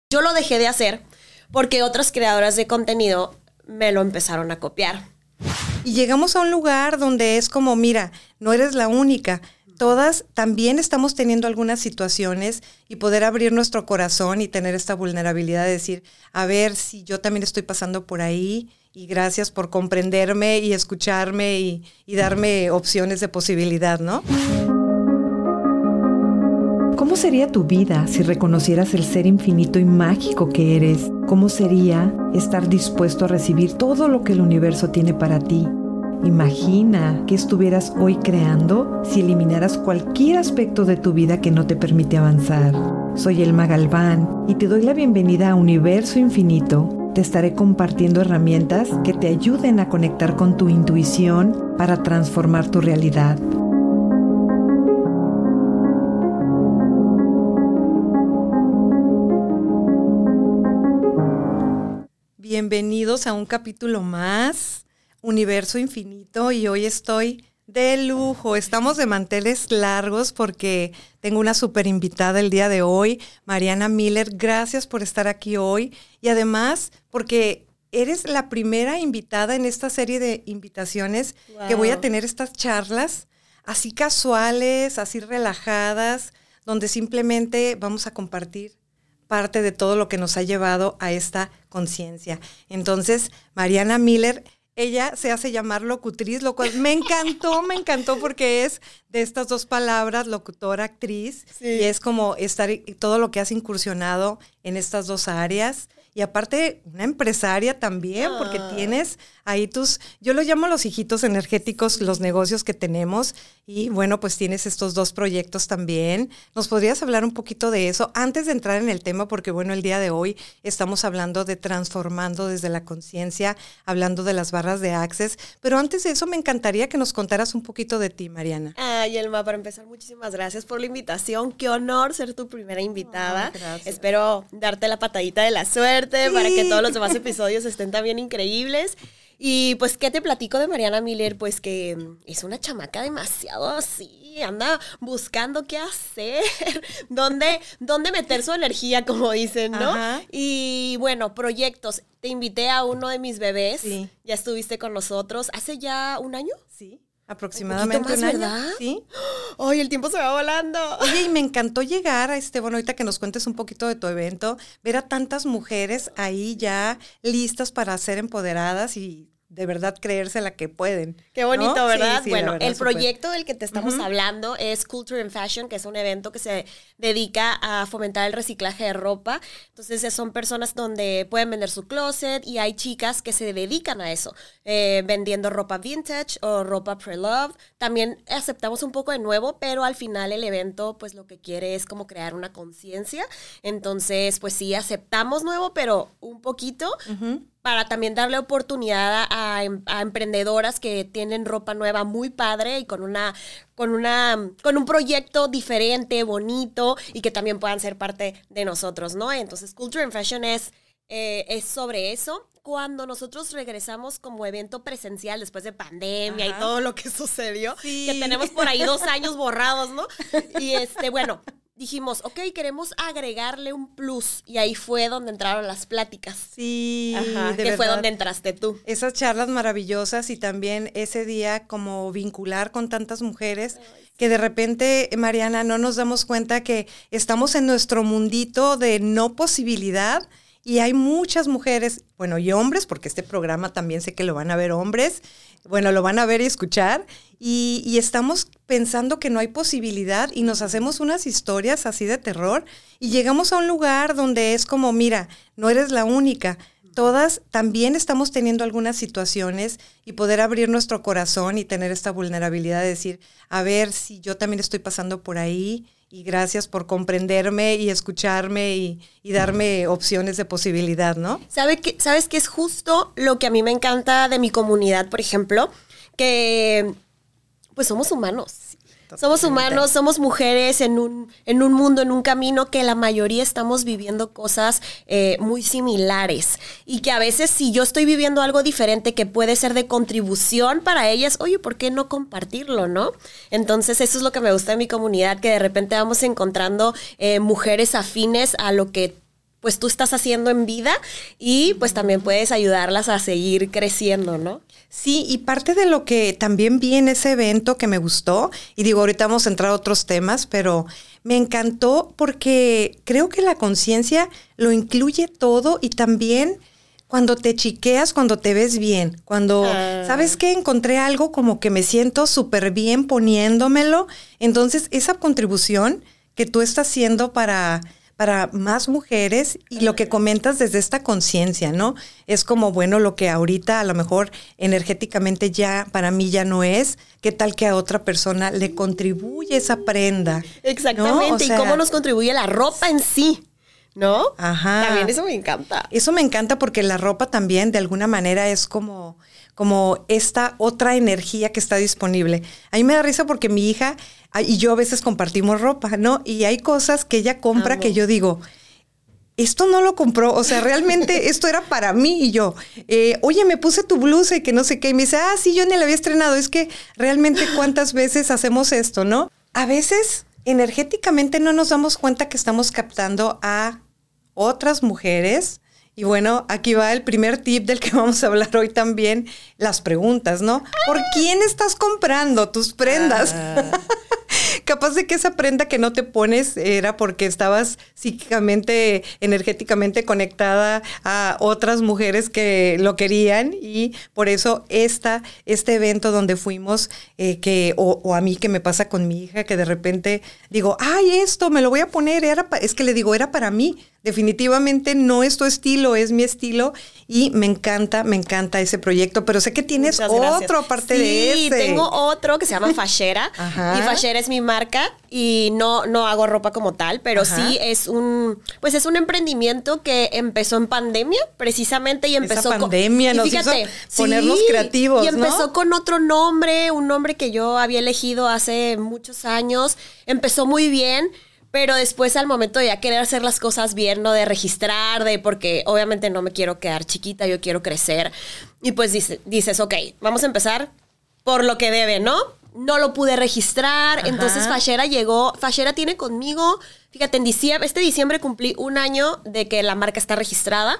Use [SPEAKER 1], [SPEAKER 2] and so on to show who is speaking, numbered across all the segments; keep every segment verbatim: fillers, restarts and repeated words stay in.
[SPEAKER 1] Yo lo dejé de hacer porque otras creadoras de contenido me lo empezaron a copiar.
[SPEAKER 2] Y llegamos a un lugar donde es como, mira, no eres la única. Todas también estamos teniendo algunas situaciones y poder abrir nuestro corazón y tener esta vulnerabilidad de decir, a ver si yo también estoy pasando por ahí y gracias por comprenderme y escucharme y, y darme opciones de posibilidad, ¿no?
[SPEAKER 3] ¿Cómo sería tu vida si reconocieras el ser infinito y mágico que eres? ¿Cómo sería estar dispuesto a recibir todo lo que el universo tiene para ti? Imagina qué estuvieras hoy creando si eliminaras cualquier aspecto de tu vida que no te permite avanzar. Soy Elma Galván y te doy la bienvenida a Universo Infinito. Te estaré compartiendo herramientas que te ayuden a conectar con tu intuición para transformar tu realidad.
[SPEAKER 2] Bienvenidos a un capítulo más, Universo Infinito, y hoy estoy de lujo. Estamos de manteles largos porque tengo una súper invitada el día de hoy, Mariana Miller. Gracias por estar aquí hoy y además porque eres la primera invitada en esta serie de invitaciones wow. que voy a tener estas charlas así casuales, así relajadas, donde simplemente vamos a compartir parte de todo lo que nos ha llevado a esta conciencia. Entonces, Mariana Miller, ella se hace llamar locutriz, lo cual me encantó, me encantó porque es de estas dos palabras, locutora, actriz, sí. y es como estar todo lo que has incursionado en estas dos áreas. Y aparte, una empresaria también, ah. porque tienes ahí tus, yo lo llamo los hijitos energéticos, los negocios que tenemos. Y bueno, pues tienes estos dos proyectos también. ¿Nos podrías hablar un poquito de eso antes de entrar en el tema? Porque bueno, el día de hoy estamos hablando de transformando desde la conciencia, hablando de las barras de Access. Pero antes de eso, me encantaría que nos contaras un poquito de ti, Mariana.
[SPEAKER 1] Ay, Elma, para empezar, muchísimas gracias por la invitación. Qué honor ser tu primera invitada. Oh, Espero darte la patadita de la suerte. Sí. Para que todos los demás episodios estén también increíbles. Y pues, ¿qué te platico de Mariana Miller? Pues que es una chamaca demasiado así, anda buscando qué hacer, dónde, dónde meter su energía, como dicen, ¿no? Ajá. Y bueno, proyectos. Te invité a uno de mis bebés, sí. ya estuviste con nosotros, ¿hace ya un año?
[SPEAKER 2] Sí. Aproximadamente
[SPEAKER 1] un,
[SPEAKER 2] un año,
[SPEAKER 1] ¿verdad?
[SPEAKER 2] Sí.
[SPEAKER 1] Ay, el tiempo se va volando.
[SPEAKER 2] Oye, y me encantó llegar a este, bueno, ahorita que nos cuentes un poquito de tu evento, ver a tantas mujeres ahí ya listas para ser empoderadas y de verdad creérsela que pueden.
[SPEAKER 1] Qué bonito, ¿no? ¿Verdad?
[SPEAKER 2] Sí, sí,
[SPEAKER 1] bueno,
[SPEAKER 2] verdad,
[SPEAKER 1] el
[SPEAKER 2] super.
[SPEAKER 1] proyecto del que te estamos uh-huh. hablando es Culture and Fashion, que es un evento que se dedica a fomentar el reciclaje de ropa. Entonces, son personas donde pueden vender su closet y hay chicas que se dedican a eso, eh, vendiendo ropa vintage o ropa pre-loved. También aceptamos un poco de nuevo, pero al final el evento, pues, lo que quiere es como crear una conciencia. Entonces, pues, sí, aceptamos nuevo, pero un poquito, uh-huh. para también darle oportunidad a, a emprendedoras que tienen ropa nueva muy padre y con una con una con un proyecto diferente, bonito y que también puedan ser parte de nosotros, ¿no? Entonces, Culture and Fashion es, eh, es sobre eso. Cuando nosotros regresamos como evento presencial después de pandemia Ajá. y todo lo que sucedió, sí. que tenemos por ahí dos años borrados, ¿no? Y este, bueno, dijimos, ok, queremos agregarle un plus. Y ahí fue donde entraron las pláticas.
[SPEAKER 2] Sí,
[SPEAKER 1] Ajá,
[SPEAKER 2] de
[SPEAKER 1] que
[SPEAKER 2] verdad.
[SPEAKER 1] fue donde entraste tú.
[SPEAKER 2] Esas charlas maravillosas y también ese día como vincular con tantas mujeres. Ay, sí. Que de repente, Mariana, no nos damos cuenta que estamos en nuestro mundito de no posibilidad. Y hay muchas mujeres, bueno, y hombres, porque este programa también sé que lo van a ver hombres, bueno, lo van a ver y escuchar, y, y estamos pensando que no hay posibilidad y nos hacemos unas historias así de terror y llegamos a un lugar donde es como, mira, no eres la única. Todas también estamos teniendo algunas situaciones y poder abrir nuestro corazón y tener esta vulnerabilidad de decir, a ver si yo también estoy pasando por ahí. Y gracias por comprenderme y escucharme y, y darme opciones de posibilidad, ¿no?
[SPEAKER 1] ¿Sabe que, ¿Sabes qué es justo lo que a mí me encanta de mi comunidad, por ejemplo? Que pues somos humanos. Totalmente. Somos humanos, somos mujeres en un, en un mundo, en un camino que la mayoría estamos viviendo cosas eh, muy similares y que a veces si yo estoy viviendo algo diferente que puede ser de contribución para ellas, oye, ¿por qué no compartirlo, no? Entonces eso es lo que me gusta de mi comunidad, que de repente vamos encontrando eh, mujeres afines a lo que pues tú estás haciendo en vida y pues también puedes ayudarlas a seguir creciendo, ¿no?
[SPEAKER 2] Sí, y parte de lo que también vi en ese evento que me gustó, y digo, ahorita vamos a entrar a otros temas, pero me encantó porque creo que la conciencia lo incluye todo y también cuando te chiqueas, cuando te ves bien, cuando, ah. ¿sabes qué? Encontré algo como que me siento súper bien poniéndomelo, entonces esa contribución que tú estás haciendo para... para más mujeres y lo que comentas desde esta conciencia, ¿no? Es como, bueno, lo que ahorita a lo mejor energéticamente ya para mí ya no es, ¿qué tal que a otra persona le contribuye esa prenda?
[SPEAKER 1] Exactamente, ¿no? O sea, y cómo nos contribuye la ropa en sí, ¿no?
[SPEAKER 2] Ajá.
[SPEAKER 1] También eso me encanta.
[SPEAKER 2] Eso me encanta porque la ropa también de alguna manera es como, como esta otra energía que está disponible. A mí me da risa porque mi hija y yo a veces compartimos ropa, ¿no? Y hay cosas que ella compra Amo. que yo digo, esto no lo compró, o sea, realmente esto era para mí. Y yo, eh, oye, me puse tu blusa y que no sé qué. Y me dice, ah, sí, yo ni la había estrenado. Es que realmente cuántas veces hacemos esto, ¿no? A veces energéticamente no nos damos cuenta que estamos captando a otras mujeres. Y bueno, aquí va el primer tip del que vamos a hablar hoy también, las preguntas, ¿no? ¿Por quién estás comprando tus prendas? Ah. Capaz de que esa prenda que no te pones era porque estabas psíquicamente, energéticamente conectada a otras mujeres que lo querían y por eso esta, este evento donde fuimos, eh, que o, o a mí que me pasa con mi hija, que de repente digo, ay, esto me lo voy a poner, era pa-. es que le digo, era para mí. Definitivamente no es tu estilo, es mi estilo y me encanta, me encanta ese proyecto, pero sé que tienes otro aparte
[SPEAKER 1] sí,
[SPEAKER 2] de ese.
[SPEAKER 1] Sí, tengo otro que se llama Fashera y Fashera es mi marca y no, no hago ropa como tal, pero Ajá. sí es un, pues es un emprendimiento que empezó en pandemia precisamente y empezó
[SPEAKER 2] Esa pandemia
[SPEAKER 1] con,
[SPEAKER 2] nos
[SPEAKER 1] y fíjate,
[SPEAKER 2] hizo ponernos
[SPEAKER 1] sí,
[SPEAKER 2] creativos,
[SPEAKER 1] y empezó
[SPEAKER 2] ¿no?
[SPEAKER 1] con otro nombre, un nombre que yo había elegido hace muchos años, empezó muy bien. Pero después al momento de ya querer hacer las cosas bien, ¿no? De registrar, de porque obviamente no me quiero quedar chiquita, yo quiero crecer. Y pues dice, dices, ok, vamos a empezar por lo que debe, ¿no? No lo pude registrar, Ajá. entonces Fashera llegó, Fashera tiene conmigo, fíjate, en diciembre, este diciembre cumplí un año de que la marca está registrada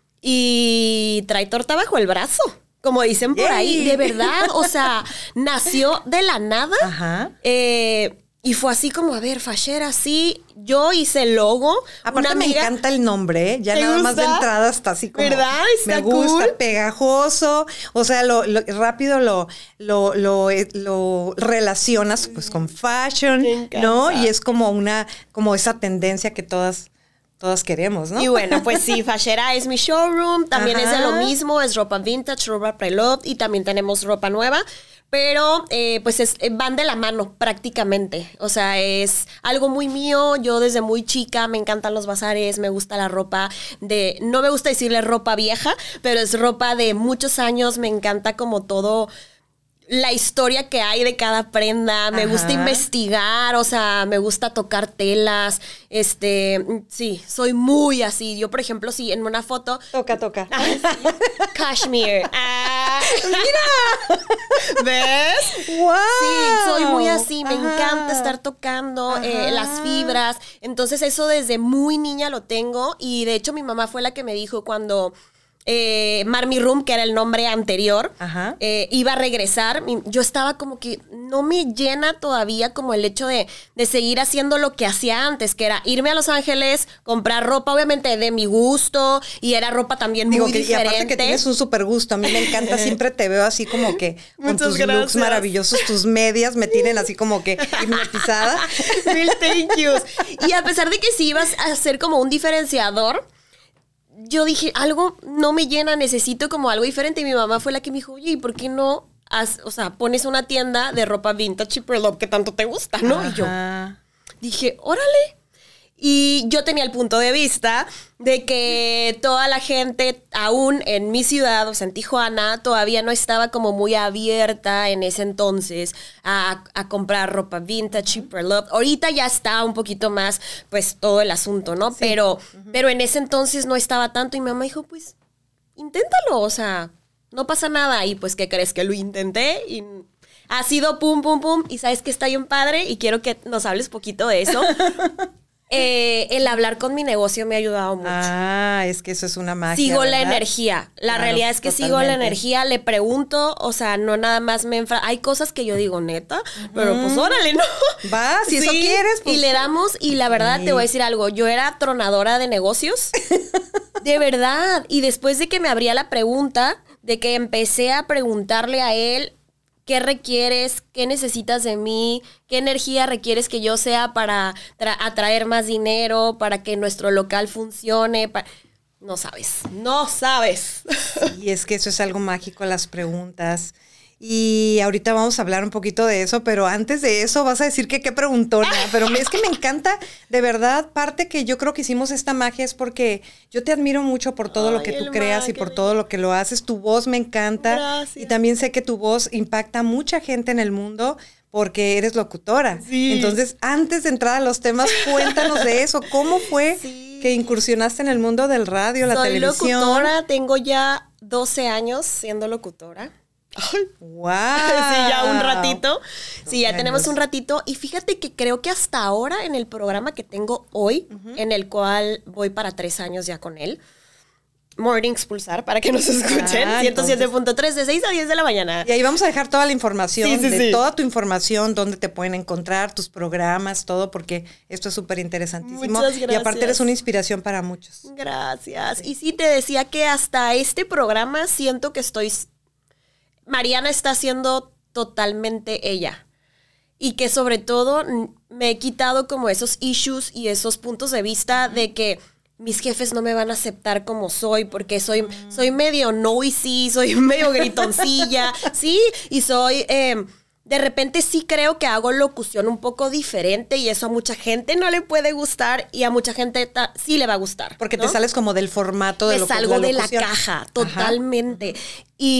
[SPEAKER 1] y trae torta bajo el brazo. Como dicen por Yay. ahí, de verdad, o sea, nació de la nada.
[SPEAKER 2] Ajá.
[SPEAKER 1] Eh... Y fue así como, a ver, Fashera, sí, yo hice el logo.
[SPEAKER 2] Aparte
[SPEAKER 1] una
[SPEAKER 2] me
[SPEAKER 1] amiga,
[SPEAKER 2] encanta el nombre, ¿eh? Ya nada
[SPEAKER 1] gusta?
[SPEAKER 2] más de entrada está así como...
[SPEAKER 1] ¿Verdad? Está
[SPEAKER 2] me gusta,
[SPEAKER 1] cool.
[SPEAKER 2] pegajoso. O sea, lo, lo rápido lo, lo, lo, lo relacionas pues con fashion, ¿no? Y es como una, como esa tendencia que todas... Todas queremos, ¿no?
[SPEAKER 1] Y bueno, pues sí, Fashera es mi showroom. También Ajá. es de lo mismo, es ropa vintage, ropa pre-loved y también tenemos ropa nueva. Pero eh, pues es, van de la mano prácticamente. O sea, es algo muy mío. Yo desde muy chica me encantan los bazares, me gusta la ropa de... No me gusta decirle ropa vieja, pero es ropa de muchos años. Me encanta como todo... La historia que hay de cada prenda, me Ajá. gusta investigar, o sea, me gusta tocar telas, este, sí, soy muy así. Yo, por ejemplo, sí, en una foto...
[SPEAKER 2] Toca, toca.
[SPEAKER 1] Cashmere. Ah,
[SPEAKER 2] ¡mira!
[SPEAKER 1] ¿Ves?
[SPEAKER 2] ¡Wow!
[SPEAKER 1] Sí, soy muy así, me
[SPEAKER 2] Ajá.
[SPEAKER 1] encanta estar tocando eh, las fibras. Entonces, eso desde muy niña lo tengo y, de hecho, mi mamá fue la que me dijo cuando... Eh, Marmy Room, que era el nombre anterior, eh, iba a regresar. Yo estaba como que no me llena todavía como el hecho de, de seguir haciendo lo que hacía antes, que era irme a Los Ángeles, comprar ropa, obviamente de mi gusto, y era ropa también Digo muy que, diferente. Y aparte
[SPEAKER 2] que tienes un súper gusto, a mí me encanta, siempre te veo así como que con
[SPEAKER 1] Muchas
[SPEAKER 2] tus
[SPEAKER 1] gracias.
[SPEAKER 2] looks maravillosos, tus medias me tienen así como que hipnotizada.
[SPEAKER 1] Mil thank yous. Y a pesar de que sí ibas a ser como un diferenciador, yo dije, algo no me llena, necesito como algo diferente. Y mi mamá fue la que me dijo, oye, ¿y por qué no has, o sea, pones una tienda de ropa vintage y pre-loved que tanto te gusta, ¿no? Ajá. Y yo dije, órale. Y yo tenía el punto de vista de que toda la gente, aún en mi ciudad, o sea, en Tijuana, todavía no estaba como muy abierta en ese entonces a, a comprar ropa vintage y pre-loved. Ahorita ya está un poquito más, pues, todo el asunto, ¿no? Sí. Pero, uh-huh. pero en ese entonces no estaba tanto y mi mamá dijo, pues, inténtalo, o sea, no pasa nada. Y pues, ¿qué crees? Que lo intenté y... Ha sido pum, pum, pum. Y sabes que está bien padre y quiero que nos hables poquito de eso. Eh, el hablar con mi negocio me ha ayudado mucho.
[SPEAKER 2] Ah, es que eso es una magia.
[SPEAKER 1] Sigo
[SPEAKER 2] ¿verdad?
[SPEAKER 1] la energía. La
[SPEAKER 2] Claro,
[SPEAKER 1] realidad es que
[SPEAKER 2] totalmente.
[SPEAKER 1] sigo la energía, le pregunto, o sea, no nada más me enfra... Hay cosas que yo digo, neta, uh-huh. pero pues órale, ¿no?
[SPEAKER 2] Va, si sí, eso quieres, pues.
[SPEAKER 1] Y le damos, y la verdad sí. te voy a decir algo, yo era tronadora de negocios. De verdad. Y después de que me abría la pregunta, de que empecé a preguntarle a él, ¿qué requieres? ¿Qué necesitas de mí? ¿Qué energía requieres que yo sea para tra- atraer más dinero? Para que nuestro local funcione. Pa- no sabes, no sabes.
[SPEAKER 2] Y es que eso es algo mágico, las preguntas. Y ahorita vamos a hablar un poquito de eso, pero antes de eso vas a decir que qué preguntona. Pero es que me encanta, de verdad, parte que yo creo que hicimos esta magia es porque yo te admiro mucho por todo Ay, lo que tú creas y por todo lo que lo haces. Tu voz me encanta.
[SPEAKER 1] Gracias.
[SPEAKER 2] Y también sé que tu voz impacta a mucha gente en el mundo porque eres locutora.
[SPEAKER 1] Sí.
[SPEAKER 2] Entonces, antes de entrar a los temas, cuéntanos de eso. ¿Cómo fue sí. que incursionaste en el mundo del radio, la
[SPEAKER 1] Soy
[SPEAKER 2] televisión?
[SPEAKER 1] Soy locutora, tengo ya doce años siendo locutora.
[SPEAKER 2] Ay, wow.
[SPEAKER 1] Sí, ya un ratito. Sí, ya tenemos un ratito. Y fíjate que creo que hasta ahora en el programa que tengo hoy, uh-huh. en el cual voy para tres años ya con él, Mornings Pulsar, para que nos escuchen, ah, ciento siete punto tres de seis a diez de la mañana.
[SPEAKER 2] Y ahí vamos a dejar toda la información,
[SPEAKER 1] sí, sí,
[SPEAKER 2] de
[SPEAKER 1] sí.
[SPEAKER 2] toda tu información, dónde te pueden encontrar, tus programas, todo, porque esto es súper interesantísimo.
[SPEAKER 1] Muchas gracias.
[SPEAKER 2] Y aparte eres una inspiración para muchos.
[SPEAKER 1] Gracias. Sí. Y sí, te decía que hasta este programa siento que estoy... Mariana está siendo totalmente ella. Y que sobre todo me he quitado como esos issues y esos puntos de vista de que mis jefes no me van a aceptar como soy porque soy, mm. soy medio noisy, soy medio gritoncilla, sí, y soy... Eh, de repente sí creo que hago locución un poco diferente y eso a mucha gente no le puede gustar y a mucha gente ta- sí le va a gustar.
[SPEAKER 2] Porque
[SPEAKER 1] ¿no?
[SPEAKER 2] te sales como del formato de
[SPEAKER 1] Me
[SPEAKER 2] lo que es la
[SPEAKER 1] salgo de
[SPEAKER 2] locución.
[SPEAKER 1] la caja, totalmente. Ajá.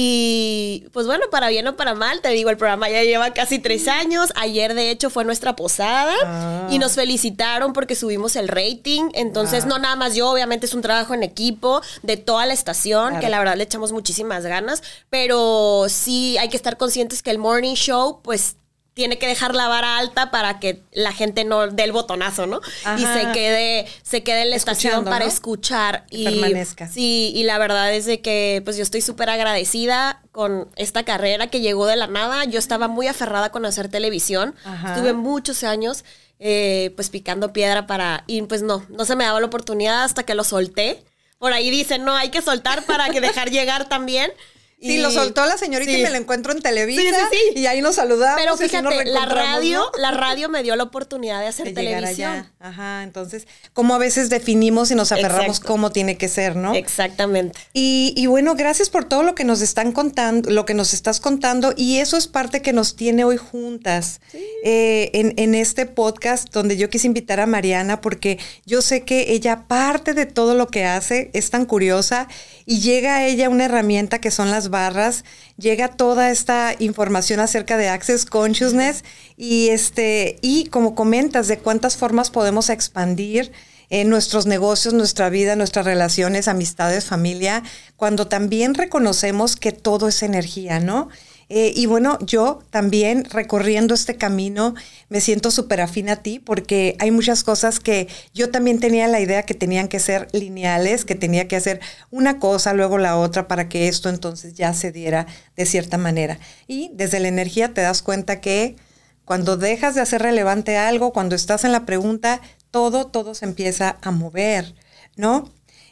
[SPEAKER 1] Y pues bueno, para bien o para mal, te digo, el programa ya lleva casi tres años. Ayer, de hecho, fue nuestra posada ah. y nos felicitaron porque subimos el rating. Entonces, ah. no nada más yo, obviamente es un trabajo en equipo de toda la estación, claro. que la verdad le echamos muchísimas ganas. Pero sí hay que estar conscientes que el morning show, pues, tiene que dejar la vara alta para que la gente no dé el botonazo, ¿no? Ajá. Y se quede, se quede en la estación para ¿no? escuchar.
[SPEAKER 2] Que
[SPEAKER 1] y
[SPEAKER 2] permanezca.
[SPEAKER 1] Sí, y la verdad es de que pues yo estoy súper agradecida con esta carrera que llegó de la nada. Yo estaba muy aferrada con hacer televisión. Ajá. Estuve muchos años eh, pues picando piedra para... Y pues no, no se me daba la oportunidad hasta que lo solté. Por ahí dicen, no, hay que soltar para que dejar llegar también.
[SPEAKER 2] Sí, y, lo soltó la señorita sí. y me la encuentro en Televisa sí, sí, sí. y ahí nos saludamos.
[SPEAKER 1] Pero fíjate,
[SPEAKER 2] sí
[SPEAKER 1] la radio,
[SPEAKER 2] ¿no?
[SPEAKER 1] la radio me dio la oportunidad de hacer
[SPEAKER 2] de
[SPEAKER 1] televisión.
[SPEAKER 2] Allá. Ajá, entonces, como a veces definimos y nos aferramos Exacto. cómo tiene que ser, ¿no?
[SPEAKER 1] Exactamente.
[SPEAKER 2] Y, y bueno, gracias por todo lo que nos están contando, lo que nos estás contando, y eso es parte que nos tiene hoy juntas sí. eh, en, en este podcast donde yo quise invitar a Mariana porque yo sé que ella, parte de todo lo que hace, es tan curiosa y llega a ella una herramienta que son las barras, llega toda esta información acerca de Access Consciousness y este y como comentas de cuántas formas podemos expandir en nuestros negocios, nuestra vida, nuestras relaciones, amistades, familia, cuando también reconocemos que todo es energía, ¿no? Eh, y bueno, yo también recorriendo este camino me siento súper afín a ti porque hay muchas cosas que yo también tenía la idea que tenían que ser lineales, que tenía que hacer una cosa, luego la otra para que esto entonces ya se diera de cierta manera. Y desde la energía te das cuenta que cuando dejas de hacer relevante algo, cuando estás en la pregunta, todo, todo se empieza a mover, ¿no?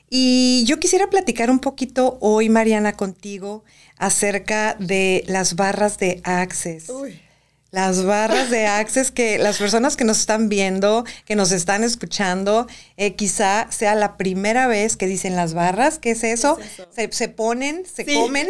[SPEAKER 2] Y yo quisiera platicar un poquito hoy, Mariana, contigo acerca de las barras de Access. Uy. Las barras de Access que las personas que nos están viendo, que nos están escuchando, eh, quizá sea la primera vez que dicen las barras. ¿Qué es eso? ¿Qué es eso? Se, se ponen, se sí. comen.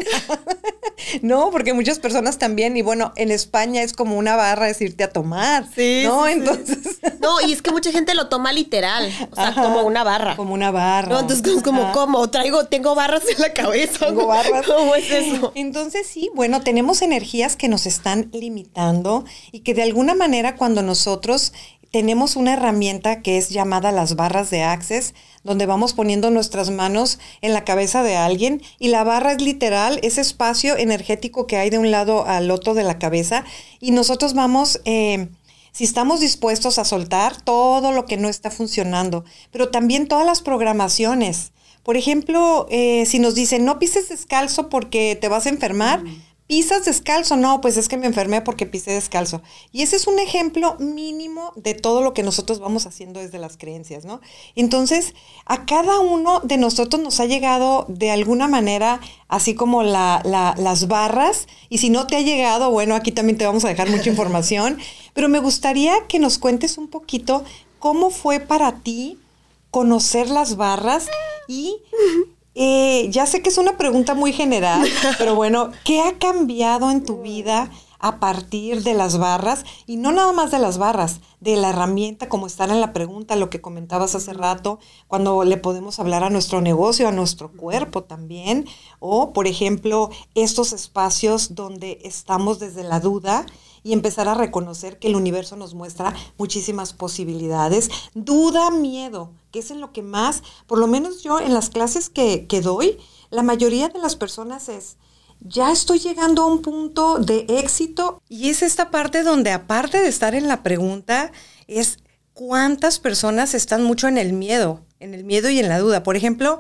[SPEAKER 2] No, porque muchas personas también, y bueno, en España es como una barra decirte a tomar. Sí. ¿No? Sí, Entonces.
[SPEAKER 1] Sí. No, y es que mucha gente lo toma literal. O sea, Ajá, como una barra.
[SPEAKER 2] Como una barra.
[SPEAKER 1] No, entonces es como, ¿cómo? Traigo, tengo barras en la cabeza.
[SPEAKER 2] Tengo barras.
[SPEAKER 1] ¿Cómo es eso?
[SPEAKER 2] Entonces sí, bueno, tenemos energías que nos están limitando y que de alguna manera cuando nosotros tenemos una herramienta que es llamada las barras de Access, donde vamos poniendo nuestras manos en la cabeza de alguien y la barra es literal, ese espacio energético que hay de un lado al otro de la cabeza y nosotros vamos eh, si estamos dispuestos a soltar todo lo que no está funcionando, pero también todas las programaciones. Por ejemplo, eh, si nos dicen, no pises descalzo porque te vas a enfermar, mm. ¿pisas descalzo? No, pues es que me enfermé porque pisé descalzo. Y ese es un ejemplo mínimo de todo lo que nosotros vamos haciendo desde las creencias, ¿no? Entonces, a cada uno de nosotros nos ha llegado de alguna manera, así como la, la, las barras, y si no te ha llegado, bueno, aquí también te vamos a dejar mucha información, pero me gustaría que nos cuentes un poquito cómo fue para ti conocer las barras y... Eh, ya sé que es una pregunta muy general, pero bueno, ¿qué ha cambiado en tu vida a partir de las barras? Y no nada más de las barras, de la herramienta, como estar en la pregunta, lo que comentabas hace rato, cuando le podemos hablar a nuestro negocio, a nuestro cuerpo también, o por ejemplo, estos espacios donde estamos desde la duda y empezar a reconocer que el universo nos muestra muchísimas posibilidades. Duda, miedo, que es en lo que más, por lo menos yo en las clases que, que doy, la mayoría de las personas es, ya estoy llegando a un punto de éxito. Y es esta parte donde, aparte de estar en la pregunta, es cuántas personas están mucho en el miedo, en el miedo y en la duda. Por ejemplo,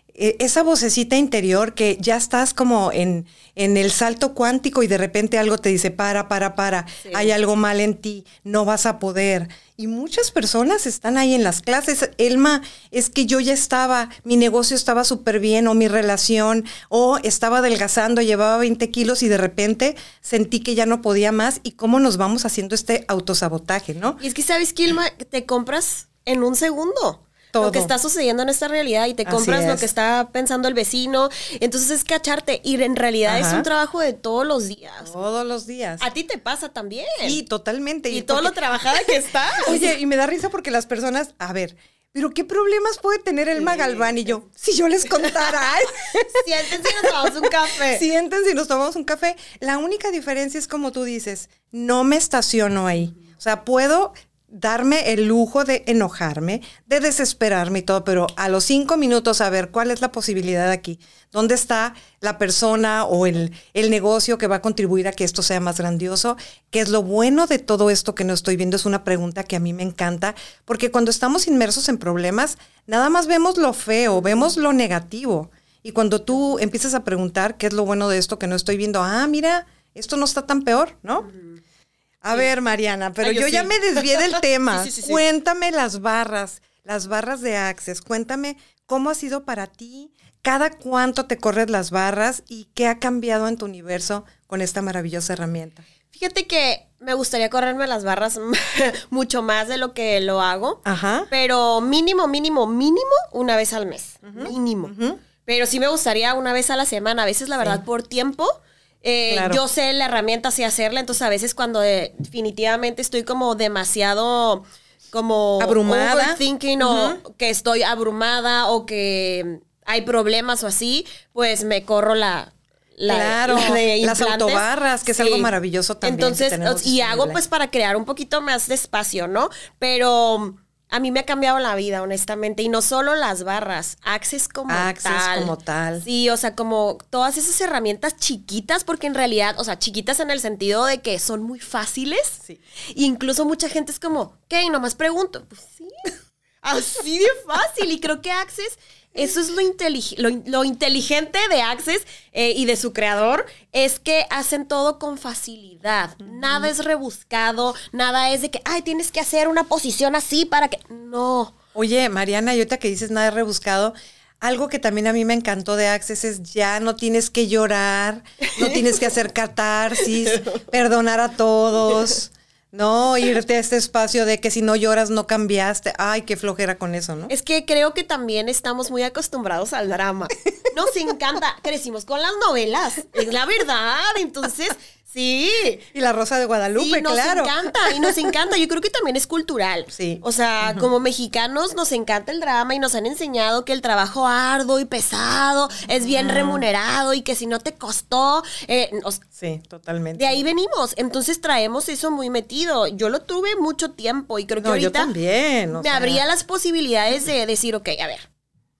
[SPEAKER 2] esa vocecita interior que ya estás como en, en el salto cuántico y de repente algo te dice, para, para, para, sí. Hay algo mal en ti, no vas a poder. Y muchas personas están ahí en las clases, Elma, es que yo ya estaba, mi negocio estaba súper bien, o mi relación, o estaba adelgazando, llevaba veinte kilos y de repente sentí que ya no podía más. Y cómo nos vamos haciendo este autosabotaje, ¿no?
[SPEAKER 1] Y es que, ¿sabes qué, Elma? Te compras en un segundo. Todo. Lo que está sucediendo en esta realidad y te compras lo que está pensando el vecino. Entonces es cacharte y en realidad Ajá. es un trabajo de todos los días.
[SPEAKER 2] Todos los días.
[SPEAKER 1] A ti te pasa también.
[SPEAKER 2] Sí, totalmente.
[SPEAKER 1] Y, y todo porque... lo trabajada que está.
[SPEAKER 2] Oye, y me da risa porque las personas, a ver, pero ¿qué problemas puede tener Elma sí. Galván? Y yo, si yo les contara.
[SPEAKER 1] Siéntense y nos tomamos un café.
[SPEAKER 2] Siéntense y nos tomamos un café. La única diferencia es como tú dices, no me estaciono ahí. O sea, puedo... darme el lujo de enojarme, de desesperarme y todo, pero a los cinco minutos a ver cuál es la posibilidad aquí, dónde está la persona o el, el negocio que va a contribuir a que esto sea más grandioso, qué es lo bueno de todo esto que no estoy viendo. Es una pregunta que a mí me encanta, porque cuando estamos inmersos en problemas, nada más vemos lo feo, vemos lo negativo, y cuando tú empiezas a preguntar qué es lo bueno de esto que no estoy viendo, ah, mira, esto no está tan peor, ¿no? Uh-huh. A sí. ver, Mariana, pero Ay, yo, yo sí. ya me desvié del tema. sí, sí, sí, sí. Cuéntame las barras, las barras de Access. Cuéntame cómo ha sido para ti, cada cuánto te corres las barras y qué ha cambiado en tu universo con esta maravillosa herramienta.
[SPEAKER 1] Fíjate que me gustaría correrme las barras mucho más de lo que lo hago. Ajá. Pero mínimo, mínimo, mínimo una vez al mes. Uh-huh. Mínimo. Uh-huh. Pero sí me gustaría una vez a la semana. A veces, la verdad, sí. por tiempo... Eh, claro. Yo sé la herramienta, sé hacerla, entonces a veces cuando eh, definitivamente estoy como demasiado como
[SPEAKER 2] abrumada,
[SPEAKER 1] overthinking uh-huh. o que estoy abrumada o que hay problemas o así, pues me corro la... La,
[SPEAKER 2] claro,
[SPEAKER 1] la de
[SPEAKER 2] las autobarras, que sí. es algo maravilloso también.
[SPEAKER 1] Entonces, y hago pues para crear un poquito más de espacio, ¿no? Pero... a mí me ha cambiado la vida, honestamente. Y no solo las barras, Access como
[SPEAKER 2] Access tal. Access como tal.
[SPEAKER 1] Sí, o sea, como todas esas herramientas chiquitas, porque en realidad, o sea, chiquitas en el sentido de que son muy fáciles. Sí. E incluso mucha gente es como, ¿qué? Nomás pregunto. Pues sí, así de fácil. Y creo que Access... eso es lo, intelig- lo, lo inteligente de Access eh, y de su creador, es que hacen todo con facilidad. Uh-huh. Nada es rebuscado, nada es de que, ay, tienes que hacer una posición así para que... No.
[SPEAKER 2] Oye, Mariana, y ahorita que dices nada es rebuscado, algo que también a mí me encantó de Access es ya no tienes que llorar, no tienes que hacer catarsis, perdonar a todos... No, irte a este espacio de que si no lloras no cambiaste. Ay, qué flojera con eso, ¿no?
[SPEAKER 1] Es que creo que también estamos muy acostumbrados al drama. Nos encanta. Crecimos con las novelas, es la verdad. Entonces, sí.
[SPEAKER 2] Y La Rosa de Guadalupe,
[SPEAKER 1] sí, nos
[SPEAKER 2] claro.
[SPEAKER 1] Nos encanta, y nos encanta. Yo creo que también es cultural.
[SPEAKER 2] Sí.
[SPEAKER 1] O sea, uh-huh. como mexicanos nos encanta el drama y nos han enseñado que el trabajo arduo y pesado es bien uh-huh. remunerado y que si no te costó... Eh, os,
[SPEAKER 2] sí, totalmente.
[SPEAKER 1] De ahí venimos. Entonces traemos eso muy metido. Yo lo tuve mucho tiempo y creo que
[SPEAKER 2] no,
[SPEAKER 1] ahorita...
[SPEAKER 2] yo también.
[SPEAKER 1] Me sea... abría las posibilidades de decir, ok, a ver...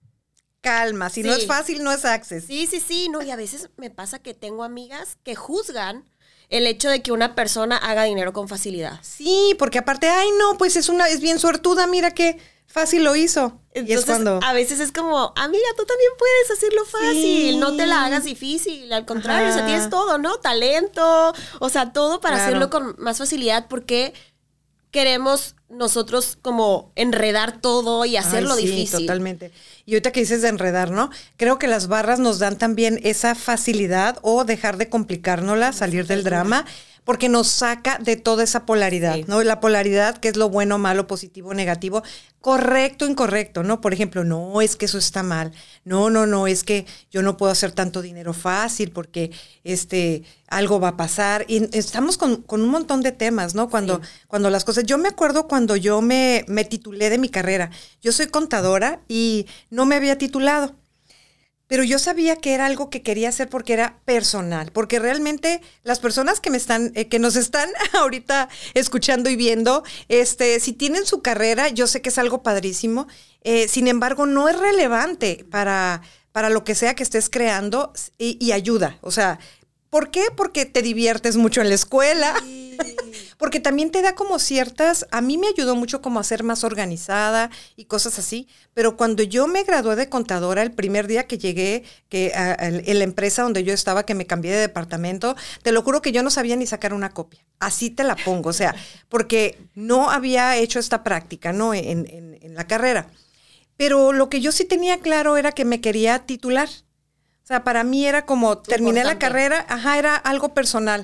[SPEAKER 2] calma, si sí. no es fácil, no es Access.
[SPEAKER 1] Sí, sí, sí, no, y a veces me pasa que tengo amigas que juzgan el hecho de que una persona haga dinero con facilidad.
[SPEAKER 2] Sí, porque aparte, ay no, pues es una, es bien suertuda, mira qué fácil lo hizo.
[SPEAKER 1] Entonces,
[SPEAKER 2] y es cuando...
[SPEAKER 1] a veces es como, amiga, tú también puedes hacerlo fácil,
[SPEAKER 2] Sí.
[SPEAKER 1] no te la hagas difícil, al contrario,
[SPEAKER 2] Ajá.
[SPEAKER 1] o sea, tienes todo, ¿no? Talento, o sea, todo para
[SPEAKER 2] Claro.
[SPEAKER 1] hacerlo con más facilidad, porque queremos nosotros como enredar todo y hacerlo
[SPEAKER 2] Ay, sí,
[SPEAKER 1] difícil.
[SPEAKER 2] Totalmente. Y ahorita que dices de enredar, ¿no? Creo que las barras nos dan también esa facilidad o dejar de complicárnosla, salir del drama, porque nos saca de toda esa polaridad,
[SPEAKER 1] Sí.
[SPEAKER 2] ¿no? La polaridad que es lo bueno, malo, positivo, negativo, correcto, incorrecto, ¿no? Por ejemplo, no, es que eso está mal. No, no, no, es que yo no puedo hacer tanto dinero fácil porque este algo va a pasar. Y estamos con, con un montón de temas, ¿no? Cuando,
[SPEAKER 1] Sí.
[SPEAKER 2] cuando las cosas... Yo me acuerdo cuando yo me, me titulé de mi carrera. Yo soy contadora y no me había titulado. Pero yo sabía que era algo que quería hacer porque era personal, porque realmente las personas que me están, eh, que nos están ahorita escuchando y viendo, este, si tienen su carrera, yo sé que es algo padrísimo, eh, sin embargo, no es relevante para, para lo que sea que estés creando y, y ayuda. O sea, ¿por qué? Porque te diviertes mucho en la escuela. Sí. Porque también te da como ciertas, a mí me ayudó mucho como a ser más organizada y cosas así, pero cuando yo me gradué de contadora, el primer día que llegué que a, a, en la empresa donde yo estaba, que me cambié de departamento, te lo juro que yo no sabía ni sacar una copia, así te la pongo, o sea, porque no había hecho esta práctica, ¿no? En, en, en la carrera. Pero lo que yo sí tenía claro era que me quería titular. O sea, para mí era como, terminé la carrera, ajá, era algo personal.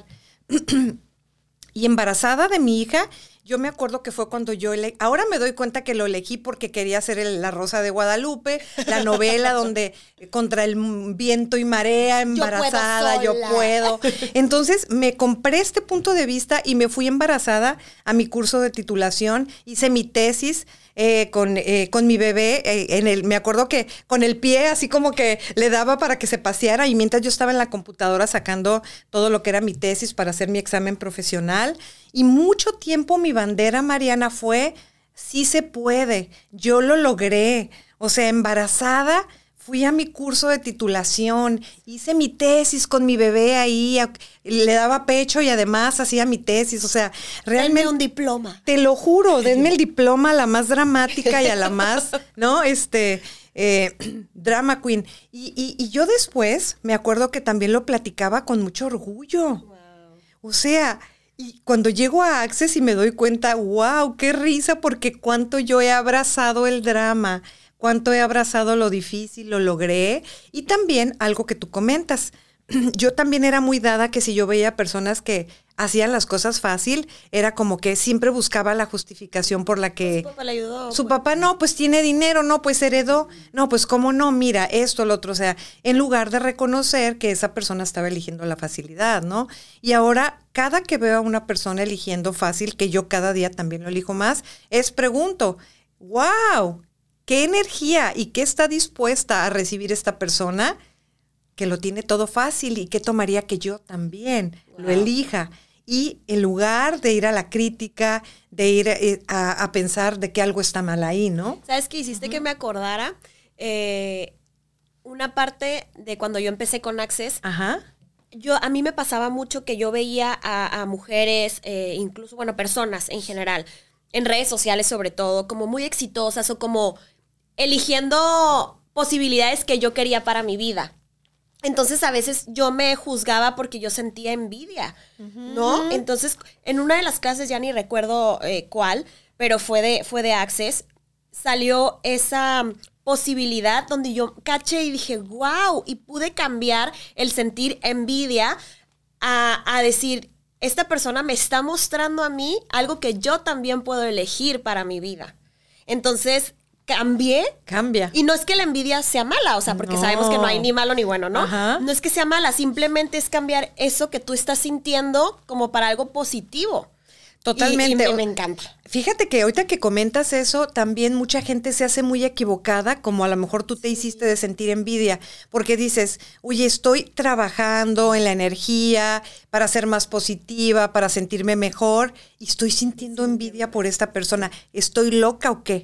[SPEAKER 2] Y embarazada de mi hija, yo me acuerdo que fue cuando yo elegí, ahora me doy cuenta que lo elegí porque quería hacer el, La Rosa de Guadalupe, la novela donde contra el viento y marea, embarazada, yo puedo. Yo puedo. Entonces me compré este punto de vista y me fui embarazada a mi curso de titulación, hice mi tesis. Eh, con, eh, con mi bebé, eh, en el, me acuerdo que con el pie así como que le daba para que se paseara y mientras yo estaba en la computadora sacando todo lo que era mi tesis para hacer mi examen profesional y mucho tiempo mi bandera, Mariana, fue sí se puede, yo lo logré, o sea, embarazada. Fui a mi curso de titulación, hice mi tesis con mi bebé ahí, le daba pecho y además hacía mi tesis, o sea, realmente...
[SPEAKER 1] Denme un diploma.
[SPEAKER 2] Te lo juro, denme el diploma a la más dramática y a la más, ¿no? Este, eh, drama queen. Y, y, y yo después me acuerdo que también lo platicaba con mucho orgullo. Wow. O sea... Y cuando llego a Access y me doy cuenta, wow, qué risa, porque cuánto yo he abrazado el drama, cuánto he abrazado lo difícil, lo logré. Y también algo que tú comentas, yo también era muy dada que si yo veía personas que hacían las cosas fácil, era como que siempre buscaba la justificación por la que...
[SPEAKER 1] Su papá le ayudó.
[SPEAKER 2] Su papá no, pues tiene dinero, no, pues heredó. No, pues cómo no, mira, esto, lo otro. O sea, en lugar de reconocer que esa persona estaba eligiendo la facilidad, ¿no? Y ahora, cada que veo a una persona eligiendo fácil, que yo cada día también lo elijo más, es pregunto, wow, ¿qué energía y qué está dispuesta a recibir esta persona que lo tiene todo fácil y qué tomaría que yo también wow. lo elija? Y en lugar de ir a la crítica, de ir eh, a, a pensar de que algo está mal ahí, ¿no?
[SPEAKER 1] ¿Sabes qué hiciste? Uh-huh. Que me acordara eh, una parte de cuando yo empecé con Access.
[SPEAKER 2] Ajá.
[SPEAKER 1] Yo, a mí me pasaba mucho que yo veía a, a mujeres, eh, incluso, bueno, personas en general, en redes sociales sobre todo, como muy exitosas o como eligiendo posibilidades que yo quería para mi vida. Entonces, a veces yo me juzgaba porque yo sentía envidia, uh-huh. ¿no? Entonces, en una de las clases, ya ni recuerdo eh, cuál, pero fue de, fue de Access, salió esa posibilidad donde yo caché y dije, wow, y pude cambiar el sentir envidia a, a decir, esta persona me está mostrando a mí algo que yo también puedo elegir para mi vida. Entonces... cambié.
[SPEAKER 2] Cambia.
[SPEAKER 1] Y no es que la envidia sea mala, o sea, porque no. sabemos que no hay ni malo ni bueno, ¿no?
[SPEAKER 2] Ajá.
[SPEAKER 1] No es que sea mala, simplemente es cambiar eso que tú estás sintiendo como para algo positivo.
[SPEAKER 2] Totalmente.
[SPEAKER 1] Y, y me, me encanta.
[SPEAKER 2] Fíjate que ahorita que comentas eso, también mucha gente se hace muy equivocada, como a lo mejor tú te hiciste de sentir envidia, porque dices, oye, estoy trabajando en la energía para ser más positiva, para sentirme mejor, y estoy sintiendo envidia por esta persona. ¿Estoy loca o qué? Sí.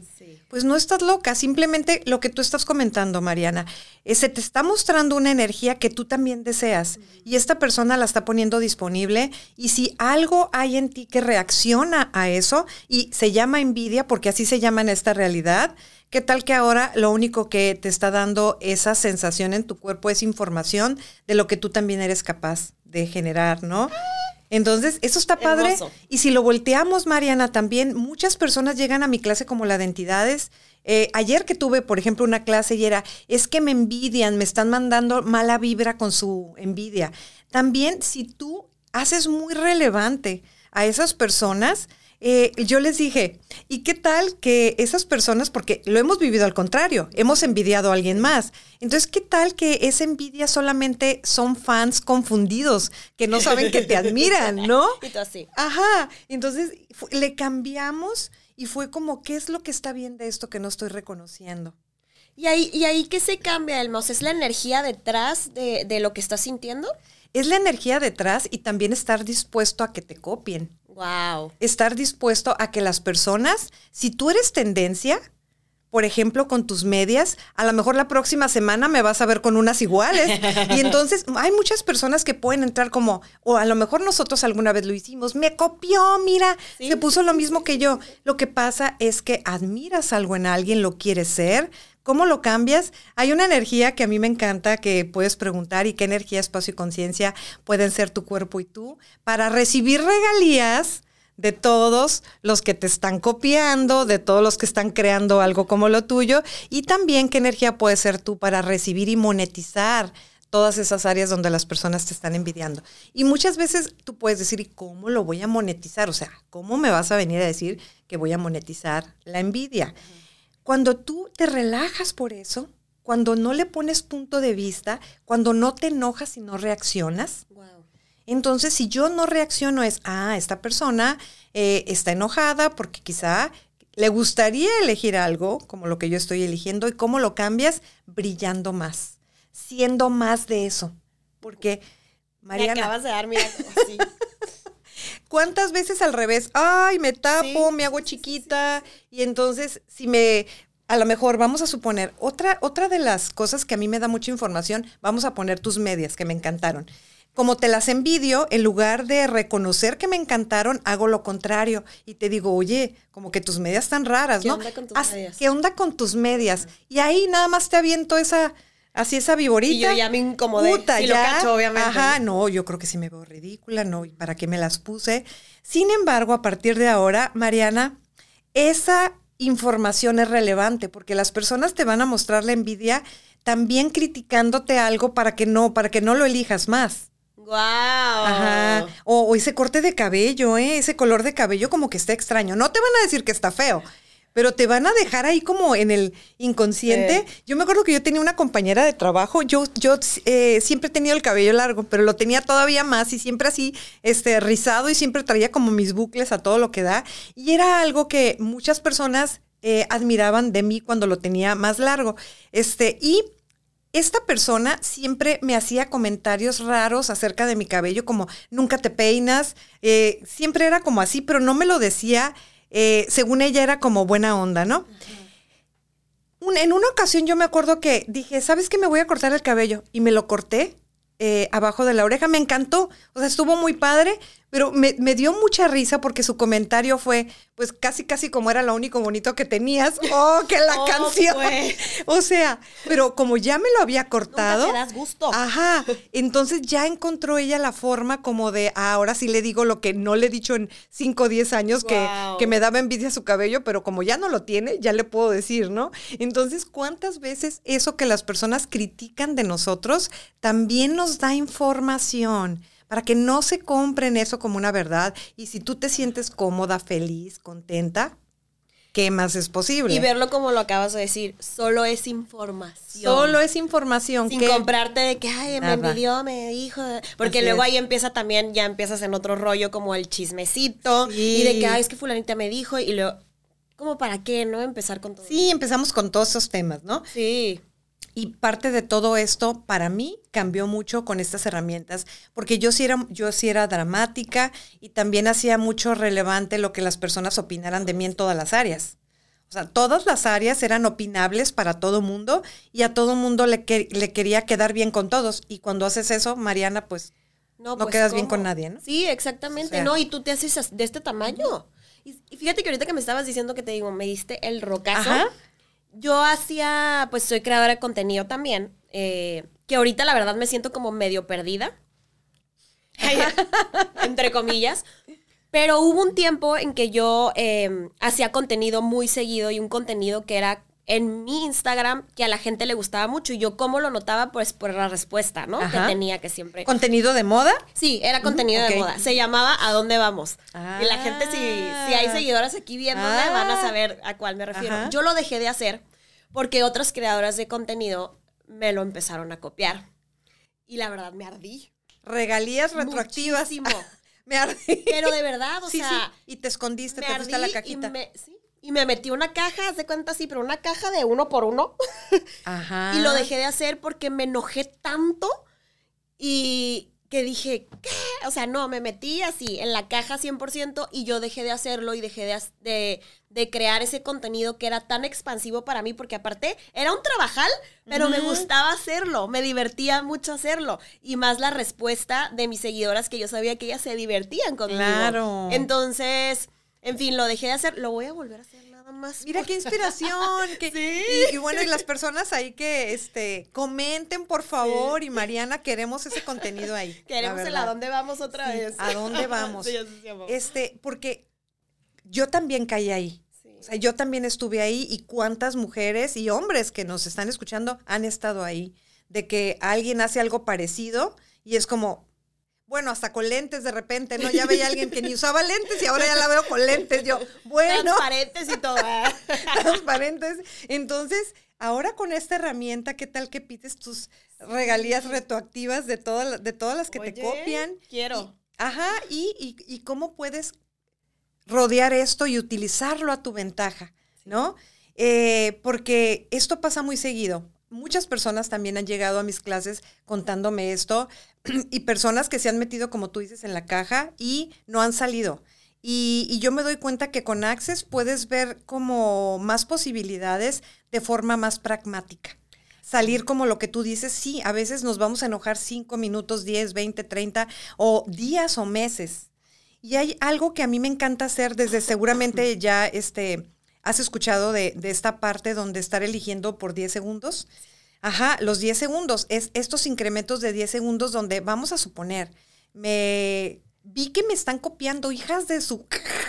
[SPEAKER 2] pues no estás loca, simplemente lo que tú estás comentando, Mariana, eh, se te está mostrando una energía que tú también deseas uh-huh. y esta persona la está poniendo disponible y si algo hay en ti que reacciona a eso y se llama envidia, porque así se llama en esta realidad, ¿qué tal que ahora lo único que te está dando esa sensación en tu cuerpo es información de lo que tú también eres capaz de generar, ¿no? Entonces, eso está padre. Hermoso. Y si lo volteamos, Mariana, también muchas personas llegan a mi clase como la de entidades. Eh, ayer que tuve, por ejemplo, una clase y era, es que me envidian, me están mandando mala vibra con su envidia. También, si tú haces muy relevante a esas personas, eh, yo les dije, ¿y qué tal que esas personas, porque lo hemos vivido al contrario, hemos envidiado a alguien más? Entonces, ¿qué tal que esa envidia solamente son fans confundidos, que no saben que te admiran, ¿no?
[SPEAKER 1] Y tú así.
[SPEAKER 2] Ajá, entonces le cambiamos y fue como, ¿qué es lo que está bien de esto que no estoy reconociendo?
[SPEAKER 1] ¿Y ahí, y ahí qué se cambia, Elmos? ¿Es la energía detrás de, de lo que estás sintiendo?
[SPEAKER 2] Es la energía detrás y también estar dispuesto a que te copien.
[SPEAKER 1] Wow.
[SPEAKER 2] Estar dispuesto a que las personas, si tú eres tendencia, por ejemplo, con tus medias, a lo mejor la próxima semana me vas a ver con unas iguales. Y entonces hay muchas personas que pueden entrar como, o a lo mejor nosotros alguna vez lo hicimos, me copió, mira, ¿sí? Se puso lo mismo que yo. Lo que pasa es que admiras algo en alguien, lo quieres ser. ¿Cómo lo cambias? Hay una energía que a mí me encanta que puedes preguntar y qué energía, espacio y conciencia pueden ser tu cuerpo y tú para recibir regalías de todos los que te están copiando, de todos los que están creando algo como lo tuyo y también qué energía puedes ser tú para recibir y monetizar todas esas áreas donde las personas te están envidiando. Y muchas veces tú puedes decir, ¿y cómo lo voy a monetizar? O sea, ¿cómo me vas a venir a decir que voy a monetizar la envidia? Uh-huh. Cuando tú te relajas por eso, cuando no le pones punto de vista, cuando no te enojas y no reaccionas, wow. Entonces si yo no reacciono es, ah, esta persona eh, está enojada porque quizá le gustaría elegir algo como lo que yo estoy eligiendo y cómo lo cambias brillando más, siendo más de eso. Porque, Mariana...
[SPEAKER 1] Me acabas de dar, mira, así.
[SPEAKER 2] ¿Cuántas veces al revés? Ay, me tapo, sí, me hago chiquita. Sí, sí, sí. Y entonces, si me, a lo mejor, vamos a suponer, otra, otra de las cosas que a mí me da mucha información, vamos a poner tus medias, que me encantaron. Como te las envidio, en lugar de reconocer que me encantaron, hago lo contrario. Y te digo, oye, como que tus medias están raras, ¿no?
[SPEAKER 1] ¿Qué onda con tus
[SPEAKER 2] Haz,
[SPEAKER 1] medias?
[SPEAKER 2] ¿Qué onda con tus medias? Uh-huh. Y ahí nada más te aviento esa... Así esa viborita.
[SPEAKER 1] Y yo ya me incomodé.
[SPEAKER 2] Puta,
[SPEAKER 1] y
[SPEAKER 2] ya,
[SPEAKER 1] lo cacho, obviamente.
[SPEAKER 2] Ajá, no, yo creo que sí me veo ridícula, no, ¿y para qué me las puse? Sin embargo, a partir de ahora, Mariana, esa información es relevante porque las personas te van a mostrar la envidia también criticándote algo para que no, para que no lo elijas más.
[SPEAKER 1] ¡Wow!
[SPEAKER 2] Ajá. O, o ese corte de cabello, ¿eh? Ese color de cabello como que está extraño. No te van a decir que está feo, pero te van a dejar ahí como en el inconsciente. Sí. Yo me acuerdo que yo tenía una compañera de trabajo, yo, yo eh, siempre he tenido el cabello largo, pero lo tenía todavía más y siempre así este, rizado y siempre traía como mis bucles a todo lo que da. Y era algo que muchas personas eh, admiraban de mí cuando lo tenía más largo. Este, y esta persona siempre me hacía comentarios raros acerca de mi cabello, como nunca te peinas. Eh, siempre era como así, pero no me lo decía. Eh, según ella era como buena onda, ¿no? Uh-huh. Un, en una ocasión yo me acuerdo que dije, ¿sabes qué? Me voy a cortar el cabello. Y me lo corté eh, abajo de la oreja. Me encantó. O sea, estuvo muy padre, pero me, me dio mucha risa porque su comentario fue, pues casi, casi como era lo único bonito que tenías. ¡Oh, que la oh, canción! Pues. O sea, pero como ya me lo había cortado.
[SPEAKER 1] Nunca te das gusto.
[SPEAKER 2] Ajá. Entonces ya encontró ella la forma como de, ah, ahora sí le digo lo que no le he dicho en cinco o diez años, wow. que, que me daba envidia su cabello, pero como ya no lo tiene, ya le puedo decir, ¿no? Entonces, ¿cuántas veces eso que las personas critican de nosotros también nos da información? Para que no se compren eso como una verdad. Y si tú te sientes cómoda, feliz, contenta, ¿qué más es posible?
[SPEAKER 1] Y verlo como lo acabas de decir, solo es información.
[SPEAKER 2] Solo es información.
[SPEAKER 1] Sin
[SPEAKER 2] que
[SPEAKER 1] comprarte de que, ay, nada. Me envidió, me dijo. Porque así luego es. Ahí empieza también, ya empiezas en otro rollo como el chismecito. Sí. Y de que, ay, es que fulanita me dijo. Y luego, ¿cómo para qué, no? Empezar con todo.
[SPEAKER 2] Sí, empezamos con todos esos temas, ¿no?
[SPEAKER 1] Sí.
[SPEAKER 2] Y parte de todo esto, para mí, cambió mucho con estas herramientas, porque yo sí era, yo sí era dramática y también hacía mucho relevante lo que las personas opinaran de mí en todas las áreas. O sea, todas las áreas eran opinables para todo mundo y a todo mundo le, que, le quería quedar bien con todos. Y cuando haces eso, Mariana, pues no, no pues, quedas ¿cómo? bien con nadie, ¿no?
[SPEAKER 1] Sí, exactamente. O sea, no, y tú te haces de este tamaño. Y, y fíjate que ahorita que me estabas diciendo que te digo, me diste el rocazo. Ajá. Yo hacía, pues soy creadora de contenido también, eh, que ahorita la verdad me siento como medio perdida, entre comillas. Pero hubo un tiempo en que yo eh, hacía contenido muy seguido y un contenido que era en mi Instagram que a la gente le gustaba mucho. Y yo cómo lo notaba, pues por la respuesta, ¿no? Ajá. Que tenía que siempre...
[SPEAKER 2] ¿Contenido de moda?
[SPEAKER 1] Sí, era contenido mm, okay. de moda. Se llamaba ¿A dónde vamos? Ah. Y la gente, si, si hay seguidoras aquí viéndome, ah. van a saber a cuál me refiero. Ajá. Yo lo dejé de hacer porque otras creadoras de contenido me lo empezaron a copiar. Y la verdad, me ardí.
[SPEAKER 2] Regalías retroactivas.
[SPEAKER 1] Muchísimo.
[SPEAKER 2] Me ardí.
[SPEAKER 1] Pero de verdad, o
[SPEAKER 2] sí,
[SPEAKER 1] sea...
[SPEAKER 2] Sí. Y te escondiste, te fuiste a la cajita.
[SPEAKER 1] Y me, sí, y me metí una caja, haz de cuenta así, pero una caja de uno por uno. Ajá. Y lo dejé de hacer porque me enojé tanto y que dije, ¿qué? O sea, no, me metí así en la caja cien por ciento y yo dejé de hacerlo y dejé de, de, de crear ese contenido que era tan expansivo para mí, porque aparte era un trabajal, pero uh-huh. me gustaba hacerlo, me divertía mucho hacerlo. Y más la respuesta de mis seguidoras, que yo sabía que ellas se divertían conmigo.
[SPEAKER 2] Claro.
[SPEAKER 1] Entonces, en fin, lo dejé de hacer, lo voy a volver a hacer nada más.
[SPEAKER 2] Mira qué inspiración. que, ¿Sí? y, y bueno, y las personas ahí que este comenten, por favor, sí. y Mariana, queremos ese contenido ahí.
[SPEAKER 1] Queremos el a dónde vamos otra
[SPEAKER 2] sí,
[SPEAKER 1] vez.
[SPEAKER 2] ¿A dónde vamos?
[SPEAKER 1] Sí, sí,
[SPEAKER 2] este, porque yo también caí ahí. Sí. O sea, yo también estuve ahí y cuántas mujeres y hombres que nos están escuchando han estado ahí. De que alguien hace algo parecido y es como... Bueno, hasta con lentes de repente, ¿no? Ya veía a alguien que ni usaba lentes y ahora ya la veo con lentes. Yo, bueno.
[SPEAKER 1] Transparentes y todo.
[SPEAKER 2] Transparentes. Entonces, ahora con esta herramienta, ¿qué tal que pides tus regalías retroactivas de, toda, de todas las que
[SPEAKER 1] Oye,
[SPEAKER 2] te copian?
[SPEAKER 1] Quiero.
[SPEAKER 2] Y, ajá, y, y, y cómo puedes rodear esto y utilizarlo a tu ventaja, ¿no? Eh, porque esto pasa muy seguido. Muchas personas también han llegado a mis clases contándome esto y personas que se han metido, como tú dices, en la caja y no han salido. Y, y yo me doy cuenta que con Access puedes ver como más posibilidades de forma más pragmática. Salir como lo que tú dices, sí, a veces nos vamos a enojar cinco minutos, diez, veinte, treinta o días o meses. Y hay algo que a mí me encanta hacer desde seguramente ya este... ¿Has escuchado de, de esta parte donde estar eligiendo por diez segundos? Ajá, los diez segundos. Es estos incrementos de diez segundos donde, vamos a suponer, me vi que me están copiando hijas de su...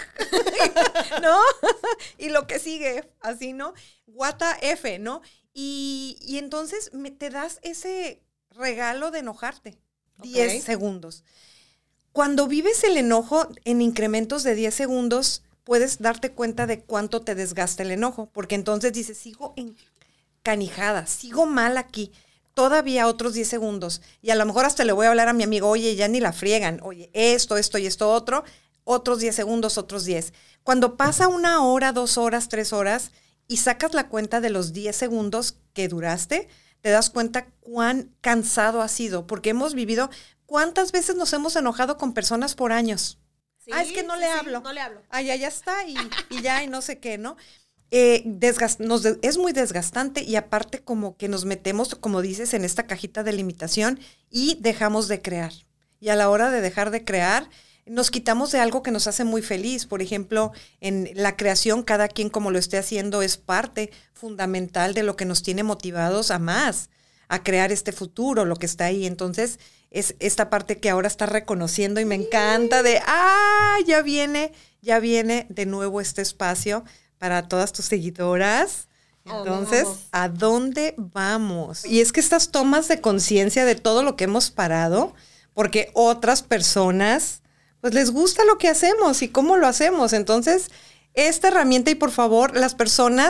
[SPEAKER 2] ¿no? Y lo que sigue, así, ¿no? Guata F, ¿no? Y, y entonces me, te das ese regalo de enojarte. diez okay. segundos. Cuando vives el enojo en incrementos de diez segundos... puedes darte cuenta de cuánto te desgasta el enojo, porque entonces dices, sigo encanijada, sigo mal aquí, todavía otros diez segundos, y a lo mejor hasta le voy a hablar a mi amigo, oye, ya ni la friegan, oye, esto, esto y esto otro, otros diez segundos, otros diez. Cuando pasa una hora, dos horas, tres horas, y sacas la cuenta de los diez segundos que duraste, te das cuenta cuán cansado has sido, porque hemos vivido, ¿cuántas veces nos hemos enojado con personas por años? Sí, ah, es que no, sí, le hablo.
[SPEAKER 1] Sí, no le hablo.
[SPEAKER 2] Ah, ya, ya está y, y ya y no sé qué, ¿no? Eh, desgast, nos de, es muy desgastante y aparte como que nos metemos, como dices, en esta cajita de limitación y dejamos de crear. Y a la hora de dejar de crear, nos quitamos de algo que nos hace muy feliz. Por ejemplo, en la creación, cada quien como lo esté haciendo es parte fundamental de lo que nos tiene motivados a más, a crear este futuro, lo que está ahí. Entonces, es esta parte que ahora está reconociendo y me encanta de, ah, ya viene, ya viene de nuevo este espacio para todas tus seguidoras. Entonces, ¿a dónde vamos? Y es que estas tomas de conciencia de todo lo que hemos parado, porque otras personas, pues les gusta lo que hacemos y cómo lo hacemos. Entonces, esta herramienta y por favor, las personas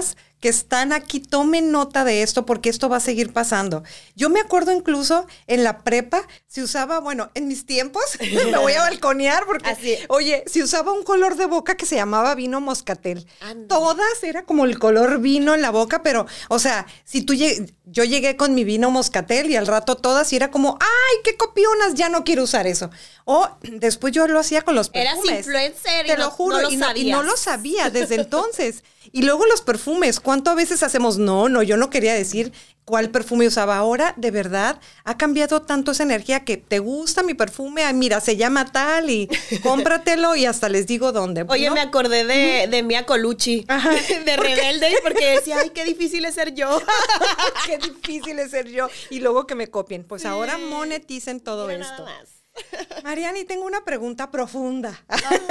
[SPEAKER 2] que están aquí, tomen nota de esto porque esto va a seguir pasando. Yo me acuerdo incluso en la prepa, se usaba, bueno, en mis tiempos, me voy a balconear porque,
[SPEAKER 1] Así.
[SPEAKER 2] oye, se usaba un color de boca que se llamaba vino moscatel.
[SPEAKER 1] Anda.
[SPEAKER 2] Todas era como el color vino en la boca, pero, o sea, si tú lleg- yo llegué con mi vino moscatel y al rato todas y era como, ¡ay, qué copionas! Ya no quiero usar eso. O después yo lo hacía con los
[SPEAKER 1] Eras
[SPEAKER 2] perfumes.
[SPEAKER 1] influencer y
[SPEAKER 2] Te
[SPEAKER 1] no-
[SPEAKER 2] lo juro,
[SPEAKER 1] no lo
[SPEAKER 2] y, no, y
[SPEAKER 1] sabías.
[SPEAKER 2] no lo sabía desde entonces. Y luego los perfumes, ¿cuánto a veces hacemos? No, no, yo no quería decir cuál perfume usaba. Ahora, de verdad, ha cambiado tanto esa energía que te gusta mi perfume, ay, mira, se llama tal y cómpratelo y hasta les digo dónde.
[SPEAKER 1] Oye,
[SPEAKER 2] ¿no?
[SPEAKER 1] me acordé de, de Mia Colucci,
[SPEAKER 2] Ajá.
[SPEAKER 1] de Rebelde, porque decía, ay, qué difícil es ser yo.
[SPEAKER 2] Qué difícil es ser yo. Y luego que me copien. Pues ahora moneticen todo
[SPEAKER 1] Mira
[SPEAKER 2] esto.
[SPEAKER 1] nada más.
[SPEAKER 2] Mariani, tengo una pregunta profunda.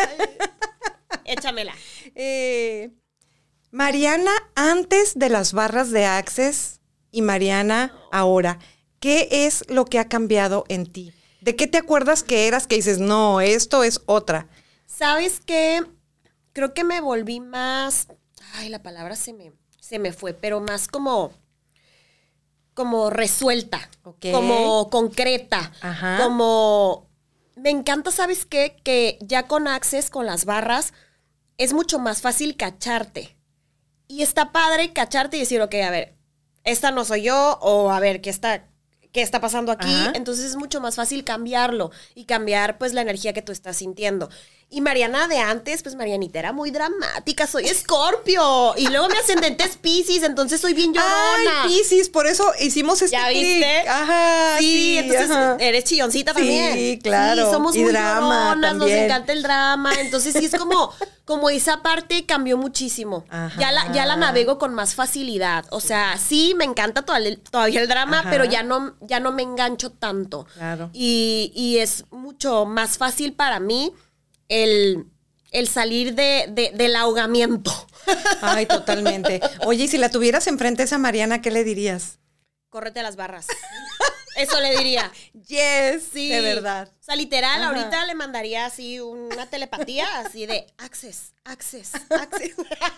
[SPEAKER 1] Échamela.
[SPEAKER 2] Eh, Mariana antes de las barras de Access y Mariana ahora, ¿qué es lo que ha cambiado en ti? ¿De qué te acuerdas que eras que dices, no, esto es otra?
[SPEAKER 1] ¿Sabes qué? Creo que me volví más, ay, la palabra se me, se me fue, pero más como, como resuelta,
[SPEAKER 2] Ok.
[SPEAKER 1] como concreta,
[SPEAKER 2] Ajá.
[SPEAKER 1] como, me encanta, ¿sabes qué? Que ya con Access, con las barras, es mucho más fácil cacharte. Y está padre cacharte y decir, ok, a ver, esta no soy yo, o a ver, ¿qué está, qué está pasando aquí?
[SPEAKER 2] Ajá.
[SPEAKER 1] Entonces es mucho más fácil cambiarlo y cambiar, pues, la energía que tú estás sintiendo. Y Mariana de antes, pues, Marianita era muy dramática, soy Escorpio. Y luego mi ascendente es Piscis, entonces soy bien llorona.
[SPEAKER 2] Ay, Piscis, por eso hicimos este
[SPEAKER 1] ¿Ya
[SPEAKER 2] clic.
[SPEAKER 1] viste?
[SPEAKER 2] Ajá,
[SPEAKER 1] Sí,
[SPEAKER 2] sí,
[SPEAKER 1] entonces
[SPEAKER 2] ajá.
[SPEAKER 1] eres chilloncita
[SPEAKER 2] Sí,
[SPEAKER 1] también.
[SPEAKER 2] claro.
[SPEAKER 1] Sí, somos
[SPEAKER 2] Y
[SPEAKER 1] muy
[SPEAKER 2] drama
[SPEAKER 1] lloronas, nos
[SPEAKER 2] también.
[SPEAKER 1] encanta el drama. Entonces sí es como, como esa parte cambió muchísimo.
[SPEAKER 2] Ajá.
[SPEAKER 1] Ya la, ya la navego con más facilidad. O sea, sí, me encanta todavía el, todavía el drama,
[SPEAKER 2] Ajá.
[SPEAKER 1] pero ya no, ya no me engancho tanto.
[SPEAKER 2] Claro.
[SPEAKER 1] Y, y es mucho más fácil para mí el, el salir de, de- del ahogamiento.
[SPEAKER 2] Ay, totalmente. Oye, y si la tuvieras enfrente a esa Mariana, ¿qué le dirías?
[SPEAKER 1] Córrete a las barras. Eso le diría.
[SPEAKER 2] Yes,
[SPEAKER 1] Sí.
[SPEAKER 2] de verdad.
[SPEAKER 1] O sea, literal,
[SPEAKER 2] Ajá.
[SPEAKER 1] ahorita le mandaría así una telepatía, así de access, access, access.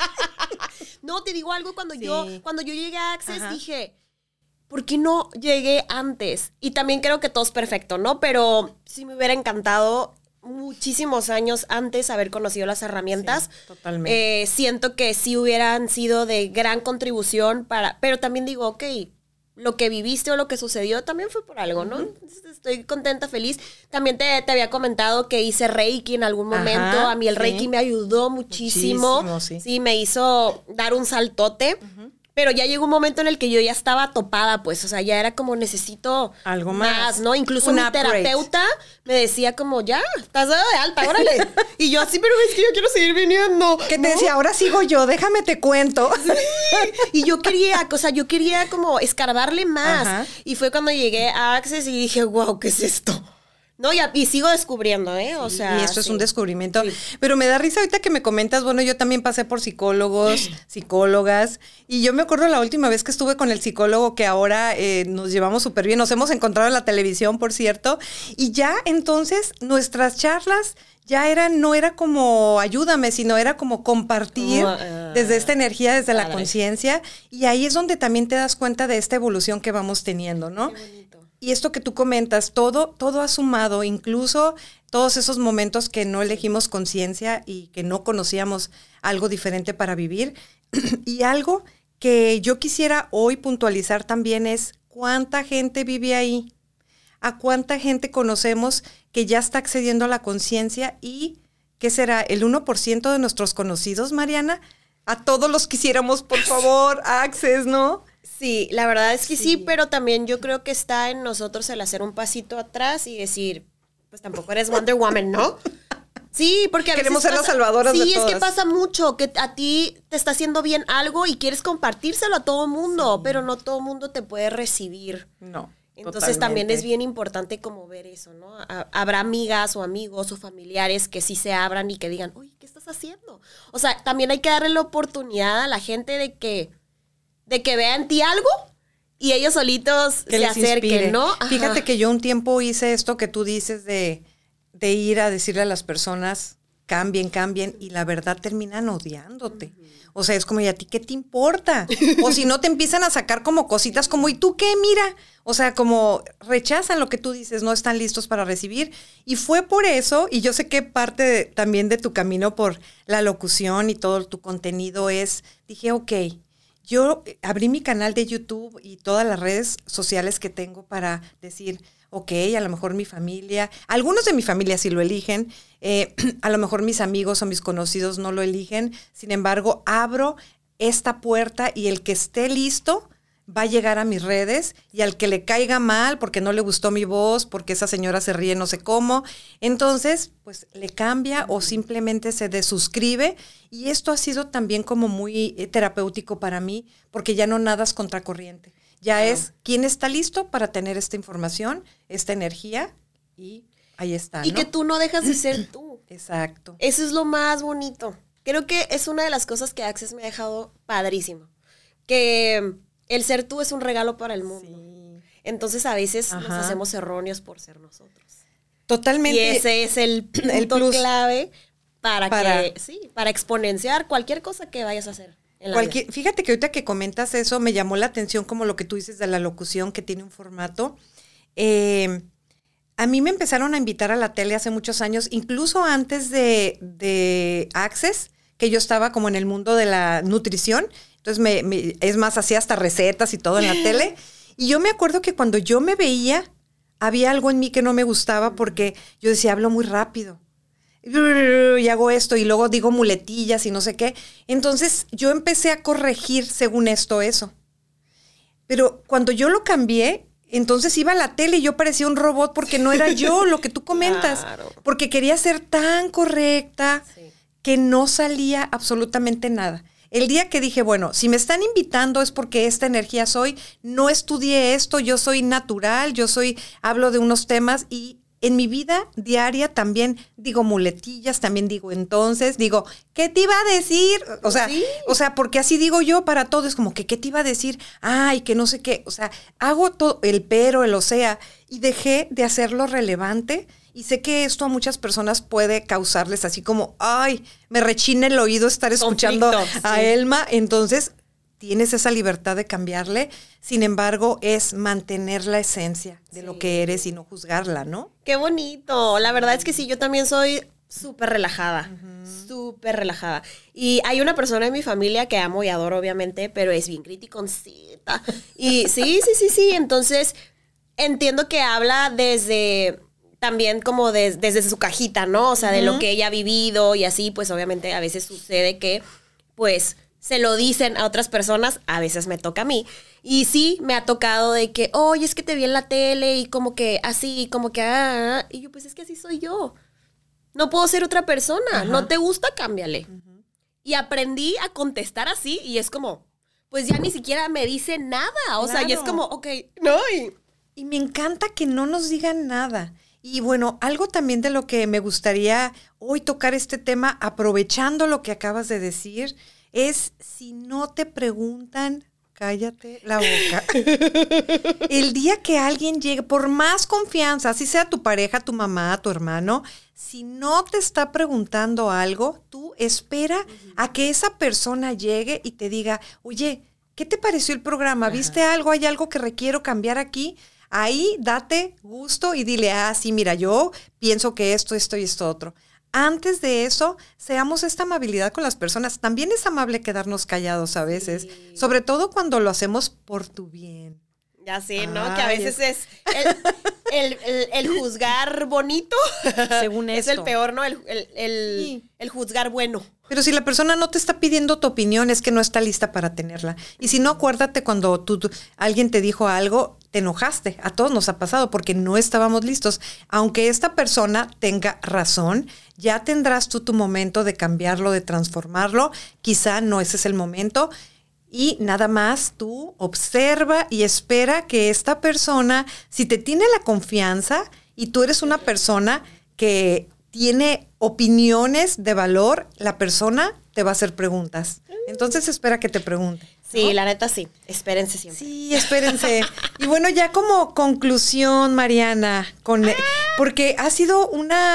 [SPEAKER 1] No, te digo algo, cuando
[SPEAKER 2] Sí.
[SPEAKER 1] yo, cuando yo llegué a Access
[SPEAKER 2] Ajá.
[SPEAKER 1] dije, ¿por qué no llegué antes? Y también creo que todo es perfecto, ¿no? Pero sí me hubiera encantado muchísimos años antes haber conocido las herramientas.
[SPEAKER 2] Sí, totalmente.
[SPEAKER 1] Eh, siento que sí hubieran sido de gran contribución para, pero también digo, ok, lo que viviste o lo que sucedió también fue por algo, ¿no? Entonces, estoy contenta, feliz. También te, te había comentado que hice Reiki en algún
[SPEAKER 2] Ajá,
[SPEAKER 1] momento. A mí el
[SPEAKER 2] sí.
[SPEAKER 1] Reiki me ayudó muchísimo.
[SPEAKER 2] Muchísimo, sí.
[SPEAKER 1] Sí, me hizo dar un saltote. Pero ya llegó un momento en el que yo ya estaba topada, pues, o sea, ya era como necesito
[SPEAKER 2] Algo más.
[SPEAKER 1] ¿no? Incluso
[SPEAKER 2] Un
[SPEAKER 1] mi
[SPEAKER 2] upgrade.
[SPEAKER 1] terapeuta me decía como, ya, estás dado de alta, órale. Y yo así, pero es que yo quiero seguir viniendo.
[SPEAKER 2] Que te
[SPEAKER 1] ¿no?
[SPEAKER 2] decía, ahora sigo yo, déjame te cuento.
[SPEAKER 1] Y yo quería, o sea, yo quería como escarbarle más.
[SPEAKER 2] Ajá.
[SPEAKER 1] Y fue cuando llegué a Access y dije, wow, ¿qué es esto? No, y, a- y sigo descubriendo, ¿eh? O sea.
[SPEAKER 2] Y esto es
[SPEAKER 1] sí.
[SPEAKER 2] un descubrimiento.
[SPEAKER 1] Sí.
[SPEAKER 2] Pero me da risa ahorita que me comentas, bueno, yo también pasé por psicólogos, psicólogas, y yo me acuerdo la última vez que estuve con el psicólogo que ahora eh, nos llevamos súper bien, nos hemos encontrado en la televisión, por cierto, y ya entonces nuestras charlas ya eran, no era como ayúdame, sino era como compartir
[SPEAKER 1] Como, ah,
[SPEAKER 2] desde esta energía, desde la
[SPEAKER 1] padre.
[SPEAKER 2] conciencia, y ahí es donde también te das cuenta de esta evolución que vamos teniendo, ¿no?
[SPEAKER 1] Qué bonito.
[SPEAKER 2] Y esto que tú comentas, todo, todo ha sumado, incluso todos esos momentos que no elegimos conciencia y que no conocíamos algo diferente para vivir. Y algo que yo quisiera hoy puntualizar también es cuánta gente vive ahí, a cuánta gente conocemos que ya está accediendo a la conciencia y, ¿qué será? ¿El uno por ciento de nuestros conocidos, Mariana? A todos los quisiéramos, por favor, access, ¿no?
[SPEAKER 1] Sí, la verdad es que sí.
[SPEAKER 2] Sí.
[SPEAKER 1] pero también yo creo que está en nosotros el hacer un pasito atrás y decir, pues tampoco eres Wonder Woman, ¿no? Sí, porque a
[SPEAKER 2] Queremos
[SPEAKER 1] veces
[SPEAKER 2] ser las
[SPEAKER 1] pasa-
[SPEAKER 2] salvadoras
[SPEAKER 1] sí,
[SPEAKER 2] de
[SPEAKER 1] es que
[SPEAKER 2] todas.
[SPEAKER 1] pasa mucho, que a ti te está haciendo bien algo y quieres compartírselo a todo mundo, pero no todo mundo te puede recibir.
[SPEAKER 2] No.
[SPEAKER 1] Entonces también
[SPEAKER 2] totalmente.
[SPEAKER 1] es bien importante como ver eso, ¿no? Ha- habrá amigas o amigos o familiares que sí se abran y que digan, oye, ¿qué estás haciendo? O sea, también hay que darle la oportunidad a la gente de que, de que vean en ti algo y ellos solitos
[SPEAKER 2] que
[SPEAKER 1] se
[SPEAKER 2] les
[SPEAKER 1] acerquen,
[SPEAKER 2] inspire.
[SPEAKER 1] ¿no? Ajá.
[SPEAKER 2] Fíjate que yo un tiempo hice esto que tú dices de, de ir a decirle a las personas cambien, cambien, y la verdad terminan odiándote. O sea, es como, ¿y a ti qué te importa? O si no, te empiezan a sacar como cositas como, ¿y tú qué? Mira. O sea, como rechazan lo que tú dices, no están listos para recibir. Y fue por eso, y yo sé que parte de, también de tu camino por la locución y todo tu contenido es, dije, ok, yo abrí mi canal de YouTube y todas las redes sociales que tengo para decir, ok, a lo mejor mi familia, algunos de mi familia sí lo eligen, eh, a lo mejor mis amigos o mis conocidos no lo eligen, sin embargo, abro esta puerta y el que esté listo va a llegar a mis redes, y al que le caiga mal porque no le gustó mi voz, porque esa señora se ríe no sé cómo, entonces pues le cambia o simplemente se desuscribe, y esto ha sido también como muy eh, terapéutico para mí, porque ya no nadas contracorriente. Ya claro. Es quién está listo para tener esta información, esta energía, y ahí está.
[SPEAKER 1] Y
[SPEAKER 2] ¿no?
[SPEAKER 1] que tú no dejas de ser tú.
[SPEAKER 2] Exacto.
[SPEAKER 1] Eso es lo más bonito. Creo que es una de las cosas que Access me ha dejado padrísimo. Que el ser tú es un regalo para el mundo. Sí. Entonces a veces Ajá. nos hacemos erróneos por ser nosotros.
[SPEAKER 2] Totalmente.
[SPEAKER 1] Y ese es el punto el plus. clave para, para que, sí, para exponenciar cualquier cosa que vayas a hacer.
[SPEAKER 2] Cualquier, fíjate que ahorita que comentas eso, me llamó la atención como lo que tú dices de la locución, que tiene un formato. Eh, a mí me empezaron a invitar a la tele hace muchos años, incluso antes de, de Access, que yo estaba como en el mundo de la nutrición. Entonces, me, me, es más, hacía hasta recetas y todo en la tele. Y yo me acuerdo que cuando yo me veía, había algo en mí que no me gustaba porque yo decía, hablo muy rápido. Y hago esto y luego digo muletillas y no sé qué. Entonces yo empecé a corregir según esto eso. Pero cuando yo lo cambié, entonces iba a la tele y yo parecía un robot porque no era yo lo que tú comentas. Claro. Porque quería ser tan correcta sí. que no salía absolutamente nada. El día que dije, bueno, si me están invitando es porque esta energía soy, no estudié esto, yo soy natural, yo soy, hablo de unos temas y en mi vida diaria también digo muletillas, también digo entonces, digo, ¿qué te iba a decir? O sea, ¿Sí? o sea, porque así digo yo para todo, es como que, ¿qué te iba a decir? Ay, que no sé qué, o sea, hago todo, el pero, el o sea, y dejé de hacerlo relevante, y sé que esto a muchas personas puede causarles así como, ay, me rechina el oído estar escuchando Conflicto, a sí. Elma, entonces tienes esa libertad de cambiarle, sin embargo, es mantener la esencia de sí. lo que eres y no juzgarla, ¿no?
[SPEAKER 1] ¡Qué bonito! La verdad es que sí, yo también soy súper relajada, uh-huh. súper relajada. Y hay una persona en mi familia que amo y adoro, obviamente, pero es bien criticoncita. Y sí, sí, sí, sí, entonces entiendo que habla desde... también como de, desde su cajita, ¿no? O sea, uh-huh. de lo que ella ha vivido y así, pues obviamente a veces sucede que, pues... se lo dicen a otras personas, a veces me toca a mí. Y sí, me ha tocado de que, oye, es que te vi en la tele y como que así, como que, ah, y yo, pues es que así soy yo. No puedo ser otra persona. Ajá. ¿No te gusta? Cámbiale. Uh-huh. Y aprendí a contestar así y es como, pues ya ni siquiera me dice nada. O claro. sea, ya es como, ok, no. Y,
[SPEAKER 2] y me encanta que no nos digan nada. Y bueno, algo también de lo que me gustaría hoy tocar este tema, aprovechando lo que acabas de decir, es si no te preguntan, cállate la boca. El día que alguien llegue, por más confianza, así sea tu pareja, tu mamá, tu hermano, si no te está preguntando algo, tú espera uh-huh. a que esa persona llegue y te diga, oye, ¿qué te pareció el programa? ¿Viste uh-huh. algo? ¿Hay algo que requiero cambiar aquí? Ahí date gusto y dile, ah, sí, mira, yo pienso que esto, esto y esto otro. Antes de eso, seamos esta amabilidad con las personas. También es amable quedarnos callados a veces, sí. sobre todo cuando lo hacemos por tu bien.
[SPEAKER 1] Ya sé, ¿no? Ay, que a veces es, es el, el, el, el juzgar bonito, según es esto. El peor, ¿no? El, el, el, sí. el juzgar bueno.
[SPEAKER 2] Pero si la persona no te está pidiendo tu opinión, es que no está lista para tenerla. Y si no, acuérdate cuando tú, tú, alguien te dijo algo, te enojaste. A todos nos ha pasado porque no estábamos listos. Aunque esta persona tenga razón, ya tendrás tú tu momento de cambiarlo, de transformarlo. Quizá no ese es el momento. Y nada más tú observa y espera que esta persona, si te tiene la confianza y tú eres una persona que tiene opiniones de valor, la persona te va a hacer preguntas. Entonces espera que te pregunte, ¿no?
[SPEAKER 1] Sí, la neta sí. Espérense siempre.
[SPEAKER 2] Sí, espérense. Y bueno, ya como conclusión, Mariana, con, porque ha sido una,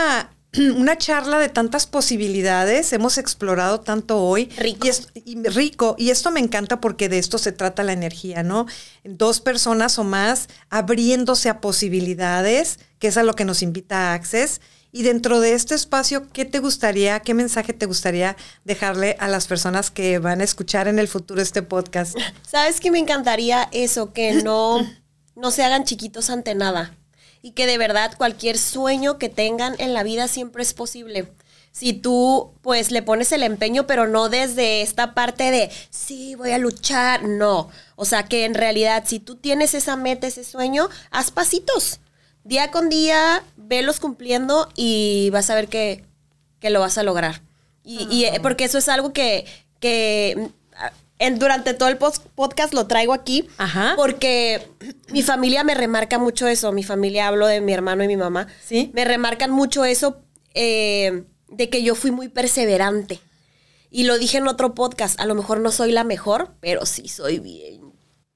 [SPEAKER 2] una charla de tantas posibilidades. Hemos explorado tanto hoy.
[SPEAKER 1] Rico.
[SPEAKER 2] Y, es, y rico. Y esto me encanta porque de esto se trata la energía, ¿no? Dos personas o más abriéndose a posibilidades, que es a lo que nos invita a Access. Y dentro de este espacio, ¿qué te gustaría, qué mensaje te gustaría dejarle a las personas que van a escuchar en el futuro este podcast?
[SPEAKER 1] ¿Sabes qué me encantaría eso? Que no, no se hagan chiquitos ante nada. Y que de verdad cualquier sueño que tengan en la vida siempre es posible. Si tú, pues, le pones el empeño, pero no desde esta parte de, sí, voy a luchar, no. O sea, que en realidad, si tú tienes esa meta, ese sueño, haz pasitos. Día con día, velos cumpliendo y vas a ver que, que lo vas a lograr. Y, uh-huh. y porque eso es algo que... que En, durante todo el post- podcast lo traigo aquí. Ajá. Porque mi familia me remarca mucho eso. Mi familia, hablo de mi hermano y mi mamá.
[SPEAKER 2] ¿Sí?
[SPEAKER 1] Me remarcan mucho eso eh, de que yo fui muy perseverante. Y lo dije en otro podcast. A lo mejor no soy la mejor, pero sí soy bien.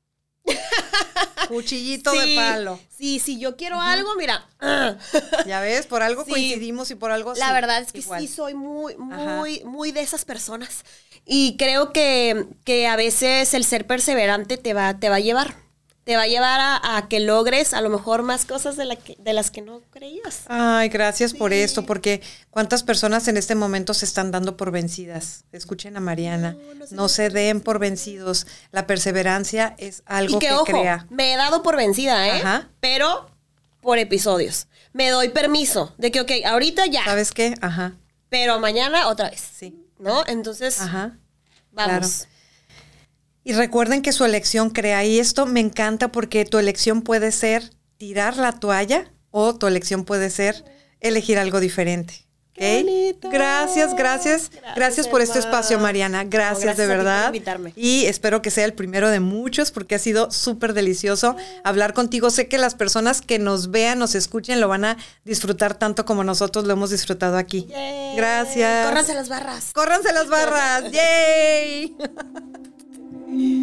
[SPEAKER 2] Cuchillito
[SPEAKER 1] sí,
[SPEAKER 2] de palo.
[SPEAKER 1] Sí, si yo quiero uh-huh. algo, mira.
[SPEAKER 2] Ya ves, por algo sí. coincidimos y por algo
[SPEAKER 1] La
[SPEAKER 2] sí,
[SPEAKER 1] verdad es que igual. Sí soy muy, muy, Ajá. muy de esas personas. Y creo que, que a veces el ser perseverante te va, te va a llevar. Te va a llevar a, a que logres a lo mejor más cosas de, la que, de las que no creías.
[SPEAKER 2] Ay, gracias sí. por esto, porque cuántas personas en este momento se están dando por vencidas. Escuchen a Mariana. No, no, no se den por vencidos. La perseverancia es algo y que, que ojo, crea.
[SPEAKER 1] Me he dado por vencida, ¿eh? Ajá. Pero por episodios. Me doy permiso de que, ok, ahorita ya.
[SPEAKER 2] ¿Sabes qué? Ajá.
[SPEAKER 1] Pero mañana otra vez.
[SPEAKER 2] Sí.
[SPEAKER 1] ¿No? Entonces,
[SPEAKER 2] Ajá.
[SPEAKER 1] vamos.
[SPEAKER 2] Claro. Y recuerden que su elección crea. Y esto me encanta porque tu elección puede ser tirar la toalla o tu elección puede ser elegir algo diferente. ¿Okay?
[SPEAKER 1] Bonito.
[SPEAKER 2] Gracias, gracias. Gracias, gracias por este espacio, Mariana. Gracias, no, gracias de verdad.
[SPEAKER 1] Por invitarme.
[SPEAKER 2] Y espero que sea el primero de muchos porque ha sido súper delicioso hablar contigo. Sé que las personas que nos vean, nos escuchen, lo van a disfrutar tanto como nosotros lo hemos disfrutado aquí.
[SPEAKER 1] Yay.
[SPEAKER 2] Gracias.
[SPEAKER 1] Córranse las barras.
[SPEAKER 2] Córranse las barras. ¡Yay!